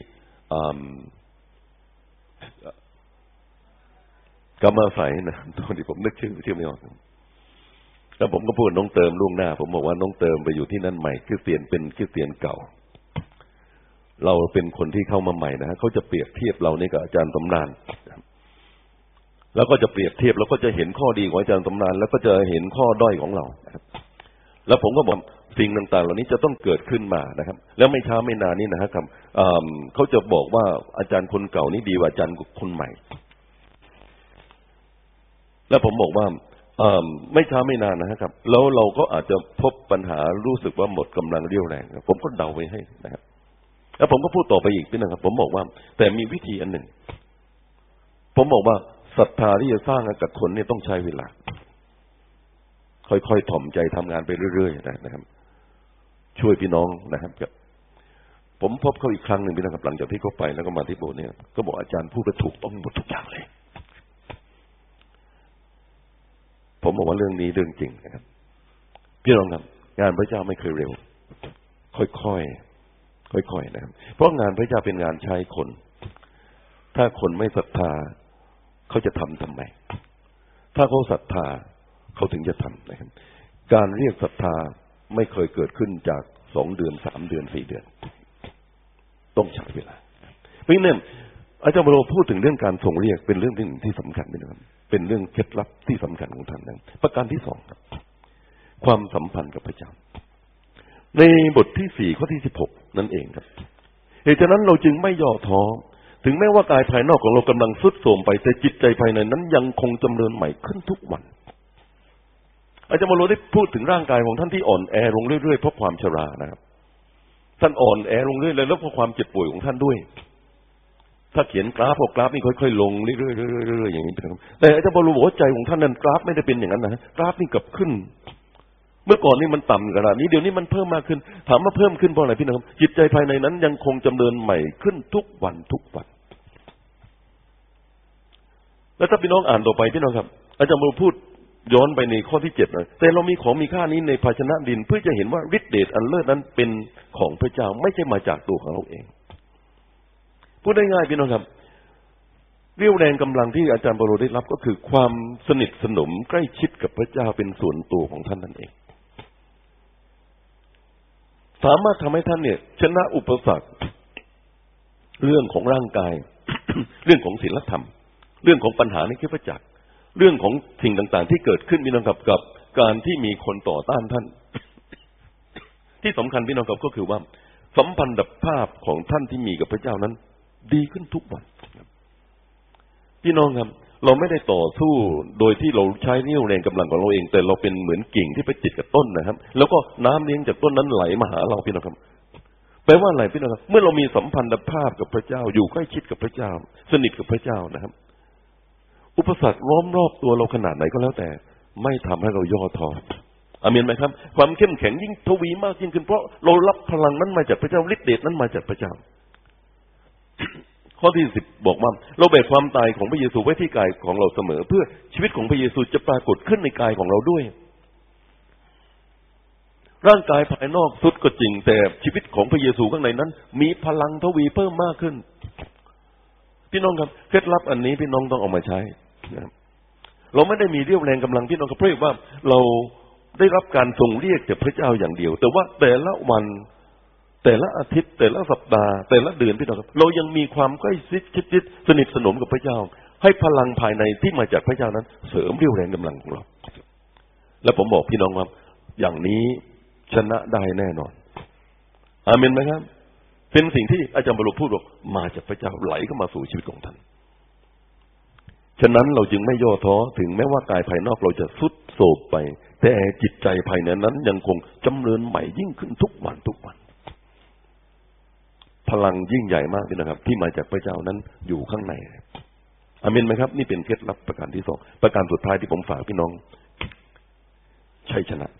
กำมะไสนะตอนที่ผมนึกชื่อชื่อไม่ออกแล้วผมก็พูดน้องเติมล่วงหน้าผมบอกว่าน้องเติมไปอยู่ที่นั่นใหม่คริสเตียนเป็นคริสเตียนเก่าเราเป็นคนที่เข้ามาใหม่นะฮะเขาจะเปรียบเทียบเราเนี่ยกับอาจารย์สำราญแล้วก็จะเปรียบเทียบแล้วก็จะเห็นข้อดีของอาจารย์สำราญแล้วก็จะเห็นข้อด้อยของเราแล้วผมก็บอกสิ่งต่างๆเหล่านี้จะต้องเกิดขึ้นมานะครับแล้วไม่ช้าไม่นานนี้นะครับเขาจะบอกว่าอาจารย์คนเก่านี่ดีกว่าอาจารย์คนใหม่แล้วผมบอกว่าไม่ช้าไม่นานนะครับแล้วเราก็อาจจะพบปัญหารู้สึกว่าหมดกำลังเรี่ยวแรงผมก็เดาไว้ให้นะครับแล้วผมก็พูดต่อไปอีกนิดนึงครับผมบอกว่าแต่มีวิธีอันหนึ่งผมบอกว่าศรัทธาที่จะสร้างกับคนเนี่ยต้องใช้เวลาค่อยๆถ่อมใจทำงานไปเรื่อยๆนะครับช่วยพี่น้องนะครับผมพบเขาอีกครั้งหนึ่งพี่น้องครับหลังจากที่เขาไปแล้วก็มาที่โบสถ์เนี่ยก็บอกอาจารย์พูดไปถูกต้องหมดทุกอย่างเลยผมบอกว่าเรื่องนี้เรื่องจริงนะครับพี่น้องครับงานพระเจ้าไม่เคยเร็วค่อยๆค่อยๆนะครับเพราะงานพระเจ้าเป็นงานใช้คนถ้าคนไม่ศรัทธาเขาจะทำทำไมถ้าเขาศรัทธาเขาถึงจะทำนะครับการเรียกศรัทธาไม่เคยเกิดขึ้นจากสองเดือนสามเดือนสี่เดือนต้องใช้เวลาเพราะฉะนั้นอาจารย์บรมพูดถึงเรื่องการส่งเรียกเป็นเรื่องที่สำคัญนะครับเป็นเรื่องเคล็ดลับที่สำคัญของท่านนะประการที่สองครับความสัมพันธ์กับพระเจ้าในบทที่สี่ข้อที่สิบหกนั่นเองครับเหตุฉะนั้นเราจึงไม่ย่อท้อถึงแม้ว่ากายภายนอกของเรากำลังทรุดโทรมไปแต่จิตใจภายในนั้นยังคงจำเริญใหม่ขึ้นทุกวันอาจารย์บรมได้พูดถึงร่างกายของท่านที่อ่อนแอลงเรื่อยๆเพราะความชรานะครับท่านอ่อนแอลงเรื่อยๆแล้วเพราะความเจ็บป่วยของท่านด้วยถ้าเขียนกราฟพวกกราฟนี่ค่อยๆลงเรื่อยๆๆๆอย่างนี้นะครับแต่อาจารย์บรมบอกว่าใจของท่านนั้นกราฟไม่ได้เป็นอย่างนั้นนะกราฟนี่กลับขึ้นเมื่อก่อนนี่มันต่ำขนาดนี้เดี๋ยวนี้มันเพิ่มมากขึ้นถามว่าเพิ่มขึ้นเพราะอะไรพี่น้องจิตใจภายในนั้นยังคงจำเริญใหม่ขึ้นทุกวันทุกวันแล้วถ้าพี่น้องอ่านต่อไปพี่น้องครับอาจารย์บรมพูดย้อนไปในข้อที่เจ็ดนะแต่เรามีของมีค่านี้ในภาชนะดินเพื่อจะเห็นว่าฤทธิ์เดชอันเลิศนั้นเป็นของพระเจ้าไม่ใช่มาจากตัวของเราเองพูดได้ง่ายพี่น้องครับเรี่ยวแรงกำลังที่อาจารย์บรมได้รับก็คือความสนิทสนมใกล้ชิดกับพระเจ้าเป็นส่วนตัวของท่านนั่นเองสามารถทำให้ท่านเนี่ยชนะอุปสรรคเรื่องของร่างกาย เรื่องของศีลธรรมเรื่องของปัญหาในคริสตจักรเรื่องของสิ่งต่างๆที่เกิดขึ้นพี่น้องกับกับการที่มีคนต่อต้านท่าน ที่สำคัญพี่น้องกับก็คือว่าสัมพันธภาพของท่านที่มีกับพระเจ้านั้นดีขึ้นทุกวันพี่น้องครับเราไม่ได้ต่อสู้โดยที่เราใช้เรี่ยวแรงกำลังของเราเองแต่เราเป็นเหมือนกิ่งที่ไปติดกับต้นนะครับแล้วก็น้ำเลี้ยงจากต้นนั้นไหลมาหาเราพี่น้องครับแปลว่าอะไรพี่น้องครับเมื่อเรามีสัมพันธภาพกับพระเจ้าอยู่ใกล้ชิดกับพระเจ้าสนิทกับพระเจ้านะครับอุปสรรคล้อมรอบตัวเราขนาดไหนก็แล้วแต่ไม่ทำให้เราย่อท้ออาเมนไหมครับความเข้มแข็งยิ่งทวีมากยิ่งขึ้นเพราะเรารับพลังนั้นมาจากพระเจ้าฤทธิ์เดชนั้นมาจากพระเจ้า ขข้อที่สิบบอกว่าเราแบกความตายของพระเยซูไว้ที่กายของเราเสมอเพื่อชีวิตของพระเยซูจะปรากฏขึ้นในกายของเราด้วยร่างกายภายนอกทรุดก็จริงแต่ชีวิตของพระเยซูข้างในนั้นมีพลังทวีเพิ่มมากขึ้นพี่น้องครับเคล็ดลับอันนี้พี่น้องต้องเอามาใช้นะครับเราไม่ได้มีเรี่ยวแรงกำลังพี่น้องครับเพราะว่าเราได้รับการทรงเรียกจากพระเจ้าอย่างเดียวแต่ว่าแต่ละวันแต่ละอาทิตย์แต่ละสัปดาห์แต่ละเดือนพี่น้องครับเรายังมีความใกล้ชิดชิดสนิทสนมกับพระเจ้าให้พลังภายในที่มาจากพระเจ้านั้นเสริมเรี่ยวแรงกำลังของเราและผมบอกพี่น้องว่าอย่างนี้ชนะได้แน่นอนอาเมนไหมครับเป็นสิ่งที่อาจารย์บรรลุพูดบอกมาจากพระเจ้าไหลเข้ามาสู่ชีวิตของท่านฉะนั้นเราจึงไม่ย่อท้อถึงแม้ว่ากายภายนอกเราจะทรุดโทรมไปแต่จิตใจภายในนั้นยังคงจำเริญใหม่ยิ่งขึ้นทุกวันทุกวันพลังยิ่งใหญ่มากนะครับที่มาจากพระเจ้านั้นอยู่ข้างในอาเมนไหมครับนี่เป็นเคล็ดลับประการที่สองประการสุดท้ายที่ผมฝากพี่น้องชัยชนะ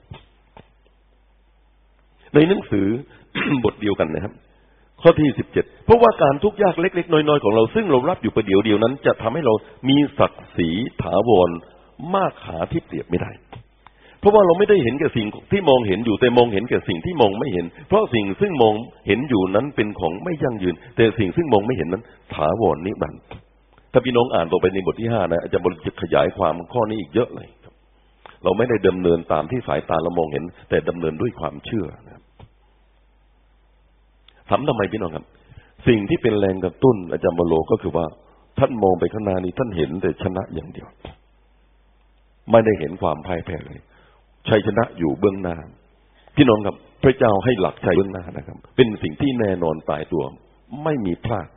ในหนังสือ บทเดียวกันนะครับข้อที่สิบเจ็ดเพราะว่าการทุกข์ยากเล็กๆน้อยๆของเราซึ่งเรารับอยู่ประเดี๋ยวเดียวนั้นจะทำให้เรามีศักดิ์ศรีถาวรมากหาที่เปรียบไม่ได้เพราะว่าเราไม่ได้เห็นแก่สิ่งที่มองเห็นอยู่แต่มองเห็นแก่สิ่งที่มองไม่เห็นเพราะสิ่งซึ่งมองเห็นอยู่นั้นเป็นของไม่ยั่งยืนแต่สิ่งซึ่งมองไม่เห็นนั้นถาวรนิรันดร์ถ้าพี่น้องอ่านต่อไปในบทที่ห้านะอาจารย์จะขยายความข้อนี้อีกเยอะเลยเราไม่ได้ดำเนินตามที่สายตาเรามองเห็นแต่ดำเนินด้วยความเชื่อนะครับถามทำไมพี่น้องครับสิ่งที่เป็นแรงกระตุ้นอาจารย์บโลก็คือว่าท่านมองไปข้างหน้านี้ท่านเห็นแต่ชนะอย่างเดียวไม่ได้เห็นความพ่ายแพ้เลยชัยชนะอยู่เบื้องหน้าพี่น้องครับพระเจ้าให้หลักชัยเบื้องหน้านะครับเป็นสิ่งที่แน่นอนตายตัวไม่มีพลาด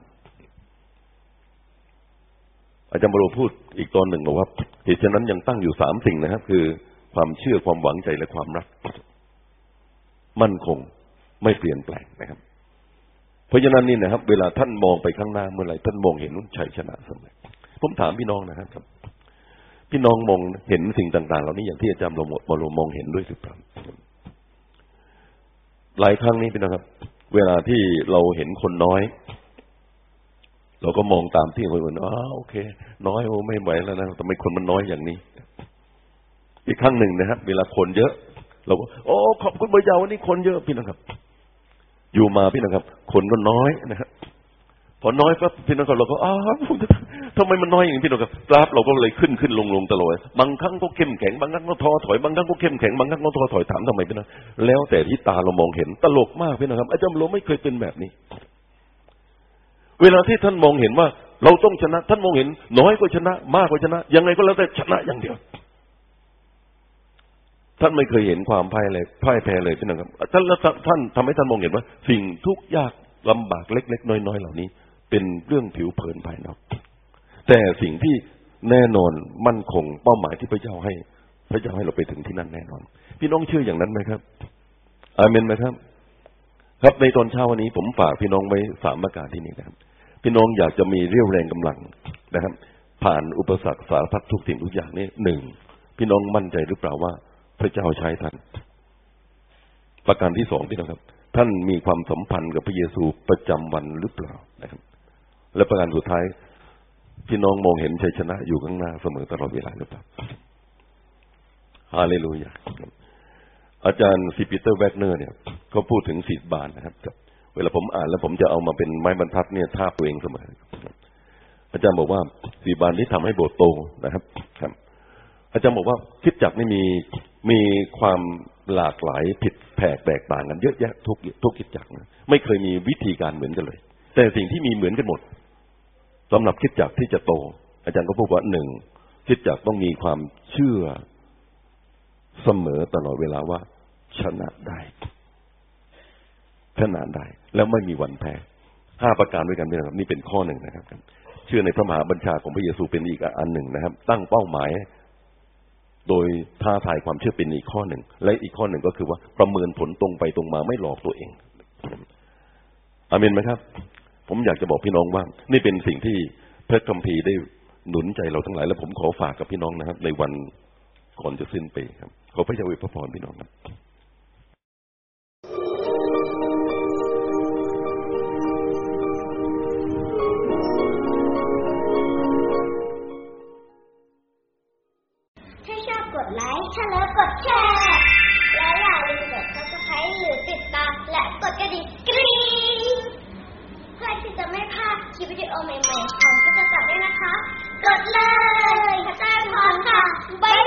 อาจารย์บโลพูดอีกตอนหนึ่งบอกว่าเหตุฉะนั้นยังตั้งอยู่สามสิ่งนะครับคือความเชื่อความหวังใจและความรักมั่นคงไม่เปลี่ยนแปลงนะครับเพราะฉะนั้นนี่นะครับเวลาท่านมองไปข้างหน้าเมื่อไหร่ท่านมองเห็นชัยชนะเสมอผมถามพี่น้องนะครับพี่น้องมองเห็นสิ่งต่างๆเหล่านี้อย่างที่อาจารย์บโลมองเห็นด้วยหรือเปล่าหลายครั้งนี้พี่น้องครับเวลาที่เราเห็นคนน้อยเราก็มองตามที่คนอื่นอ๋อโอเคน้อยโอ้ไม่ไหวแล้วนะทำไมคนมันน้อยอย่างนี้อีกครั้งหนึ่งนะครับเวลาคนเยอะเราก็โอ้ขอบคุณพระเจ้าวันนี้คนเยอะพี่น้องครับอยู่มาพี่น้องครับคนก็น้อยนะครับพอน้อยปั๊บพี่น้องครับเราก็อ้าวทำไมมันน้อยอย่างนี้พี่น้องครับกราฟเราก็เลยขึ้นขึ้นลงลงตลอดบางครั้งก็เข้มแข็งบางครั้งก็ท้อถอยบางครั้งก็เข้มแข็งบางครั้งก็ท้อถอยถามทำไมพี่น้องแล้วแต่ที่ตาเรามองเห็นตลกมากพี่น้องครับอาจารย์เราไม่เคยเป็นแบบนี้เวลาที่ท่านมองเห็นว่าเราต้องชนะท่านมองเห็นน้อยก็ชนะมากก็ชนะยังไงก็แล้วแต่ชนะอย่างเดียวท่านไม่เคยเห็นความพ่ายเลยพ่ายแพ้เลยพี่น้องครับท่านแล้วท่านทำให้ท่านมองเห็นว่าสิ่งทุกข์ยากลำบากเล็กๆน้อยๆเหล่านี้เป็นเรื่องผิวเผินภายนอกแต่สิ่งที่แน่นอนมั่นคงเป้าหมายที่พระเจ้าให้พระเจ้าให้เราไปถึงที่นั่นแน่นอนพี่น้องเชื่ออย่างนั้นไหมครับอาเมนไหมครับครับในตอนเช้าวันนี้ผมฝากพี่น้องไว้สามประการที่นี่นะครับพี่น้องอยากจะมีเรี่ยวแรงกำลังนะครับผ่านอุปสรรคสารพัดทุกสิ่งทุกอย่างนี้หนึ่งพี่น้องมั่นใจหรือเปล่าว่าพระเจ้าใช้ท่านประการที่สองพี่น้องครับท่านมีความสัมพันธ์กับพระเยซูประจำวันหรือเปล่านะครับและประการสุดท้ายพี่น้องมองเห็นชัยชนะอยู่ข้างหน้าเสมอตลอดเวลาหรือเปล่าฮาเลลูยาอาจารย์ซีปีเตอร์แวกเนอร์เนี่ยเขาพูดถึงศีรบาลนะครับเวลาผมอ่านแล้วผมจะเอามาเป็นไม้บรรทัดเนี่ยทาบตัวเองเสมออาจารย์บอกว่าศีรบาลที่ทำให้โบสถ์โตนะครับครับอาจารย์บอกว่าคริสตจักรนี่มีมีความหลากหลายผิดแผกแตกต่างกันเยอะแยะทุกทุกคริสตจักรนะไม่เคยมีวิธีการเหมือนกันเลยแต่สิ่งที่มีเหมือนกันหมดสำหรับคริสตจักรที่จะโตอาจารย์ก็พูดว่าหนึ่งคริสตจักรต้องมีความเชื่อเสมอตลอดเวลาว่าชนะได้ชนะได้แล้วไม่มีวันแพ้ห้าประการด้วยกันนี่นะครับนี่เป็นข้อหนึ่งนะครับเชื่อในพระมหาบัญชาของพระเยซูเป็นอีกอันหนึ่งนะครับตั้งเป้าหมายโดยท้าทายความเชื่อเป็นอีกข้อหนึ่งและอีกข้อหนึ่งก็คือว่าประเมินผลตรงไปตรงมาไม่หลอกตัวเองอาเมนไหมครับผมอยากจะบอกพี่น้องว่านี่เป็นสิ่งที่พระคัมภีร์ได้หนุนใจเราทั้งหลายและผมขอฝากกับพี่น้องนะครับในวันก่อนจะสิ้นปีครับขอพระเจ้าอวยพรพี่น้องครับกดแชร์และอย่าลืมกด ซับสไครบ์ หรือติดตามและกดกระดิ่งกรี๊งเพื่อที่จะไม่พลาดคลิปวิดีโอใหม่ๆของกิจกรรมด้วยนะคะกดเลยค่ะแต้มพร้อมค่ะบ๊าย